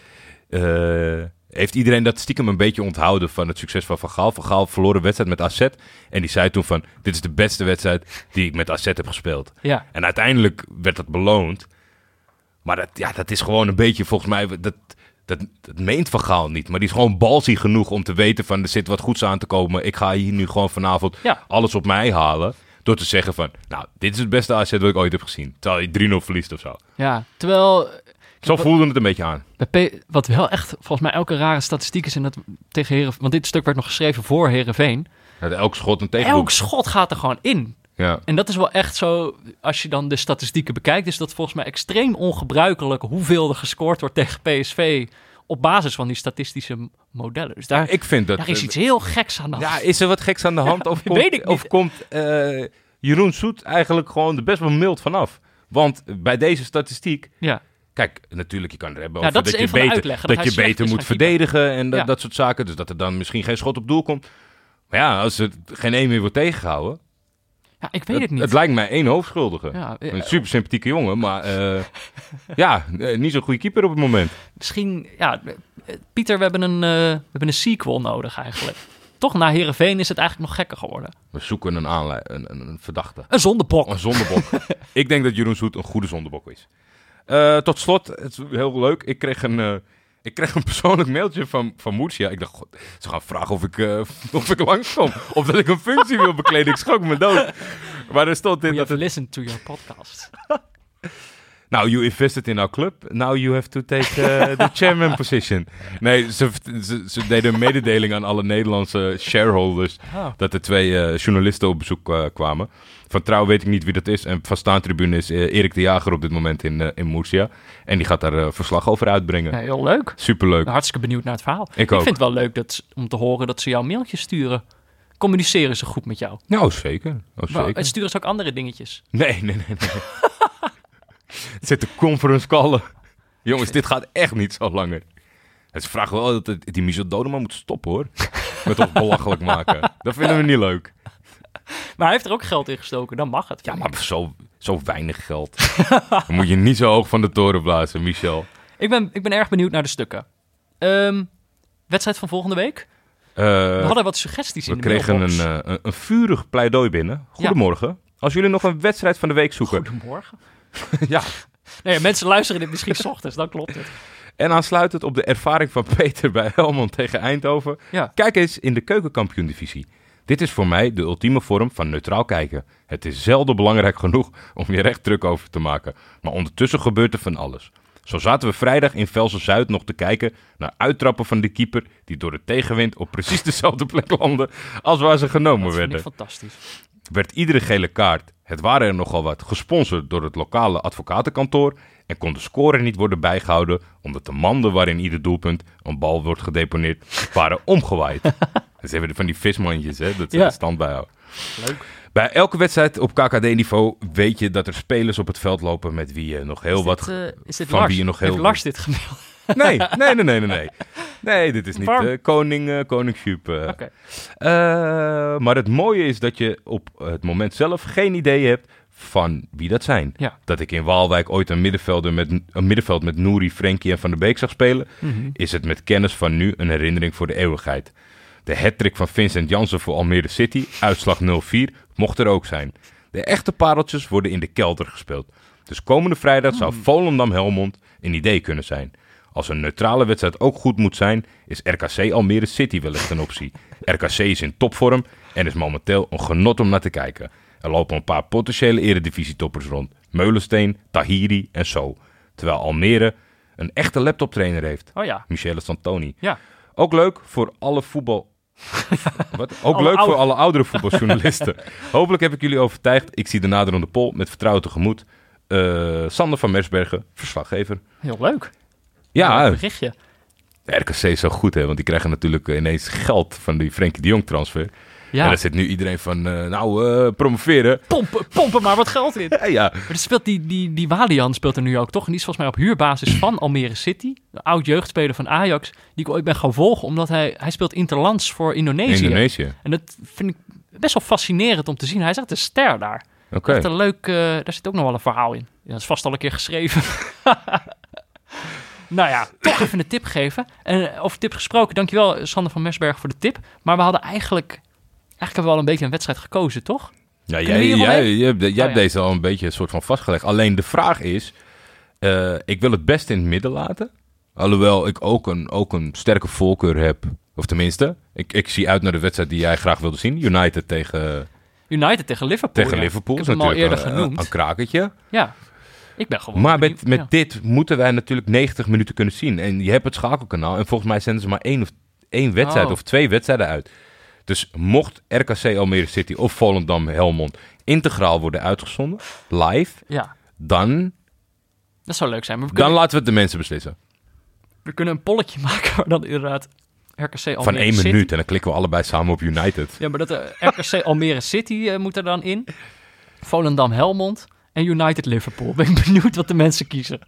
heeft iedereen dat stiekem een beetje onthouden van het succes van Van Gaal. Van Gaal verloor een wedstrijd met AZ en die zei toen van, dit is de beste wedstrijd die ik met AZ heb gespeeld. Ja. En uiteindelijk werd dat beloond. Maar dat is gewoon een beetje, volgens mij, dat meent Van Gaal niet. Maar die is gewoon balzie genoeg om te weten van, er zit wat goeds aan te komen. Ik ga hier nu gewoon vanavond alles op mij halen. Door te zeggen van, nou, dit is het beste AZ wat ik ooit heb gezien. Terwijl je 3-0 verliest of zo. Ja, terwijl... Zo voelde het een beetje aan. Wat wel echt, volgens mij elke rare statistiek is... En dat tegen Heerenveen, want dit stuk werd nog geschreven voor Heerenveen. Ja, elk schot een tegendoel. Elk schot gaat er gewoon in. Ja. En dat is wel echt zo, als je dan de statistieken bekijkt... is dat volgens mij extreem ongebruikelijk... hoeveel er gescoord wordt tegen PSV... op basis van die statistische modellen. Dus daar is iets heel geks aan de hand. Ja, is er wat geks aan de hand? Ja, of weet ik niet. Of komt Jeroen Soet eigenlijk gewoon er best wel mild vanaf? Want bij deze statistiek... Ja. Kijk, natuurlijk, je kan er hebben Ja, over dat is een van de uitleggen, dat dat hij je beter slecht is moet gaan verdedigen en Ja. dat soort zaken. Dus dat er dan misschien geen schot op doel komt. Maar ja, als er geen één meer wordt tegengehouden... Ja, ik weet het niet. Het lijkt mij één hoofdschuldige. Ja, Een super sympathieke jongen, maar niet zo'n goede keeper op het moment. Misschien, ja, Pieter, we hebben een sequel nodig eigenlijk. Toch, na Heerenveen is het eigenlijk nog gekker geworden. We zoeken een verdachte. Een zondebok. Een zondebok. Ik denk dat Jeroen Soet een goede zondebok is. Tot slot, het is heel leuk. Ik kreeg een persoonlijk mailtje van Murcia. Ik dacht, god, ze gaan vragen of ik langskom. Of dat ik een functie wil bekleden. Ik schrok me dood. Maar er stond in We dat have listened to your podcast. Now you invested in our club. Now you have to take the chairman position. Nee, ze deden een mededeling aan alle Nederlandse shareholders. Oh. Dat er 2 journalisten op bezoek kwamen. Van Trouw weet ik niet wie dat is. En van Staantribune is Erik de Jager op dit moment in Murcia. En die gaat daar verslag over uitbrengen. Ja, heel leuk. Superleuk. Ik ben hartstikke benieuwd naar het verhaal. Ik ook. vind het wel leuk om te horen dat ze jou mailtjes sturen. Communiceren ze goed met jou? Nou, zeker. En sturen ze ook andere dingetjes? Nee. Het zit de conference callen. Jongens, dit gaat echt niet zo langer. Ze vragen wel dat die Michel Dodeman moet stoppen, hoor. Met ons belachelijk maken. Dat vinden we niet leuk. Maar hij heeft er ook geld in gestoken, dan mag het. Ja, maar zo weinig geld. Dan moet je niet zo hoog van de toren blazen, Michel. Ik ben erg benieuwd naar de stukken. Wedstrijd van volgende week? We hadden wat suggesties in de mailbox. We kregen een vurig pleidooi binnen. Goedemorgen. Ja. Als jullie nog een wedstrijd van de week zoeken... Goedemorgen. Ja. Nee, mensen luisteren dit misschien 's ochtends, dan klopt het. En aansluitend op de ervaring van Peter bij Helmond tegen Eindhoven... Ja. Kijk eens in de keukenkampioen-divisie. Dit is voor mij de ultieme vorm van neutraal kijken. Het is zelden belangrijk genoeg om je recht druk over te maken. Maar ondertussen gebeurt er van alles. Zo zaten we vrijdag in Velsen-Zuid nog te kijken naar uittrappen van de keeper die door de tegenwind op precies dezelfde plek landde als waar ze genomen Dat vind werden. ik fantastisch. Werd iedere gele kaart, het waren er nogal wat, gesponsord door het lokale advocatenkantoor en kon de score niet worden bijgehouden omdat de manden waarin ieder doelpunt een bal wordt gedeponeerd waren omgewaaid. Dus hebben van die vismandjes, hè, dat ze de stand bijhouden. Leuk. Bij elke wedstrijd op KKD-niveau weet je dat er spelers op het veld lopen met wie je nog heel wat... Is dit van Lars? wie je nog heel... Heeft Lars dit gemaild? Nee. Nee, dit is niet Warm. Koning Sjoep. Oké. Maar het mooie is dat je op het moment zelf geen idee hebt van wie dat zijn. Ja. Dat ik in Waalwijk ooit een middenveld met Nouri, Frenkie en Van der Beek zag spelen, is het met kennis van nu een herinnering voor de eeuwigheid. De hattrick van Vincent Janssen voor Almere City, uitslag 0-4, mocht er ook zijn. De echte pareltjes worden in de kelder gespeeld. Dus komende vrijdag zou Volendam-Helmond een idee kunnen zijn. Als een neutrale wedstrijd ook goed moet zijn, is RKC Almere City wellicht een optie. RKC is in topvorm en is momenteel een genot om naar te kijken. Er lopen een paar potentiële eredivisietoppers rond. Meulensteen, Tahiri en zo. Terwijl Almere een echte laptoptrainer heeft. Oh ja. Michele Santoni. Ja. Ook leuk voor alle voetbal... Wat? Ook Alle leuk voor alle oudere voetbaljournalisten. Hopelijk heb ik jullie overtuigd. Ik zie de naderende poll met vertrouwen tegemoet. Sander van Mersbergen, verslaggever. Heel leuk. Ja, Een berichtje. de RKC is zo goed, hè? Want die krijgen natuurlijk ineens geld van die Frenkie de Jong transfer. Ja. En daar zit nu iedereen van, promoveren. Pompen maar wat geld in. Ja. Maar er speelt die Walian speelt er nu ook toch? En die is volgens mij op huurbasis van Almere City. De oud jeugdspeler van Ajax. Die ik ooit ben gaan volgen omdat hij speelt interlands voor Indonesië. En dat vind ik best wel fascinerend om te zien. Hij is echt een ster daar. Oké. Echt een leuk, daar zit ook nog wel een verhaal in. Ja, dat is vast al een keer geschreven. Nou ja, toch even een tip geven. En over tip gesproken, dankjewel Sander van Mersberg voor de tip. Maar we hadden eigenlijk hebben we al een beetje een wedstrijd gekozen, toch? Ja, Kunnen we hier wel heen? jij hebt deze al een beetje een soort van vastgelegd. Alleen de vraag is, ik wil het best in het midden laten. Alhoewel ik ook een sterke voorkeur heb. Of tenminste, ik zie uit naar de wedstrijd die jij graag wilde zien. United tegen Liverpool. Liverpool. Ik Is heb hem al natuurlijk eerder genoemd. een krakertje. Ja, ik ben gewoon... Maar benieuwd. met Ja. dit moeten wij natuurlijk 90 minuten kunnen zien. En je hebt het schakelkanaal. En volgens mij zenden ze maar één wedstrijd Oh. of 2 wedstrijden uit. Dus mocht RKC Almere City of Volendam Helmond integraal worden uitgezonden, live, Ja, dan dat zou leuk zijn. Maar laten we het de mensen beslissen. we kunnen een polletje maken waar dan inderdaad RKC Almere Van 1 City... minuut en dan klikken we allebei samen op United. Ja, maar dat RKC Almere City moet er dan in. Volendam Helmond en United Liverpool. Ben ik benieuwd wat de mensen kiezen.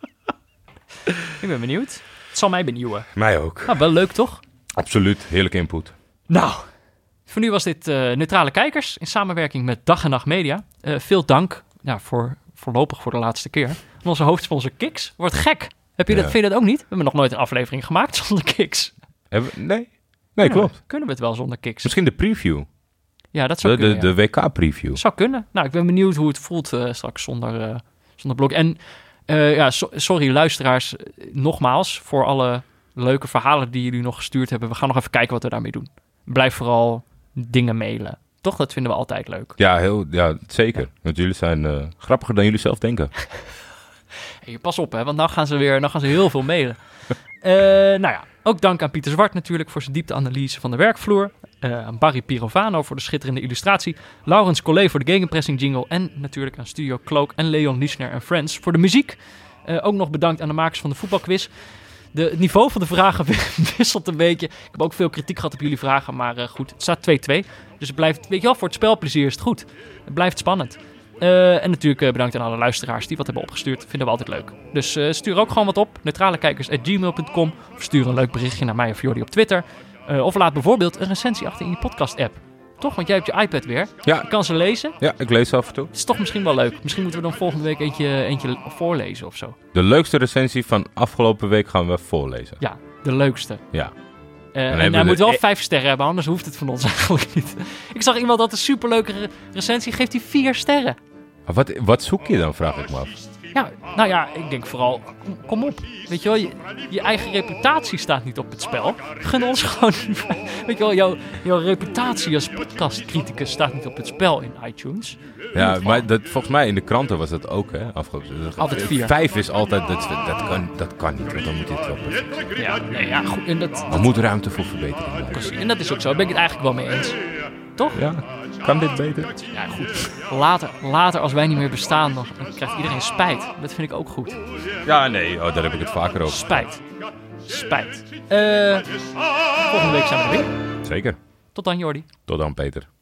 Ik ben benieuwd. Het zal mij benieuwen. Mij ook. Nou, wel leuk toch? Absoluut, heerlijke input. Nou, voor nu was dit Neutrale Kijkers in samenwerking met Dag en Nacht Media. Veel dank voorlopig voor de laatste keer. En onze hoofdsponsor Kiks. Wordt gek. Vind je dat ook niet? We hebben nog nooit een aflevering gemaakt zonder Kiks. Nee, klopt. Kunnen we het wel zonder Kiks? Misschien de preview. Ja, dat zou kunnen. De WK-preview. Zou kunnen. Nou, ik ben benieuwd hoe het voelt straks zonder blok. En sorry luisteraars, nogmaals voor alle leuke verhalen die jullie nog gestuurd hebben. We gaan nog even kijken wat we daarmee doen. Blijf vooral dingen mailen. Toch? Dat vinden we altijd leuk. Ja, zeker. Ja. Want jullie zijn grappiger dan jullie zelf denken. Hey, pas op, hè, want nou gaan ze heel veel mailen. Nou ja, ook dank aan Pieter Zwart natuurlijk voor zijn diepteanalyse van de werkvloer. Aan Barry Pirovano voor de schitterende illustratie. Laurens Collet voor de gegenpressing jingle. En natuurlijk aan Studio Cloak en Leon Lischner en Friends voor de muziek. Ook nog bedankt aan de makers van de voetbalquiz. Het niveau van de vragen wisselt een beetje. Ik heb ook veel kritiek gehad op jullie vragen. Maar goed, het staat 2-2. Dus het blijft, weet je wel, voor het spelplezier is het goed. Het blijft spannend. En natuurlijk bedankt aan alle luisteraars die wat hebben opgestuurd. Vinden we altijd leuk. Dus stuur ook gewoon wat op. neutralekijkers@gmail.com. Of stuur een leuk berichtje naar mij of Jordi op Twitter. Of laat bijvoorbeeld een recensie achter in je podcast-app. Toch? Want jij hebt je iPad weer. Ja. Je kan ze lezen. Ja, ik lees ze af en toe. Het is toch misschien wel leuk. Misschien moeten we dan volgende week eentje voorlezen of zo. De leukste recensie van afgelopen week gaan we voorlezen. Ja, de leukste. Ja. En hij moet wel 5 sterren hebben, anders hoeft het van ons eigenlijk niet. Ik zag iemand dat een superleuke recensie geeft, die 4 sterren. Wat zoek je dan, vraag ik me af. Ja, nou ja, ik denk vooral, kom op. Weet je wel, je eigen reputatie staat niet op het spel. Gun ons gewoon, weet je wel, jouw reputatie als podcastcriticus staat niet op het spel in iTunes. Ja, maar volgens mij in de kranten was dat ook, hè? Altijd 4. 5 is altijd, dat kan niet, want dan moet je het wel perfect. Ja, nee, ja, goed. En Er moet ruimte voor verbetering. precies, en dat is ook zo, daar ben ik het eigenlijk wel mee eens. Toch? Ja, kan dit beter? Ja, goed. Later als wij niet meer bestaan, dan krijgt iedereen spijt. Dat vind ik ook goed. Ja, nee, daar heb ik het vaker over. Spijt. Volgende week zijn we er weer. Zeker. Tot dan, Jordi. Tot dan, Peter.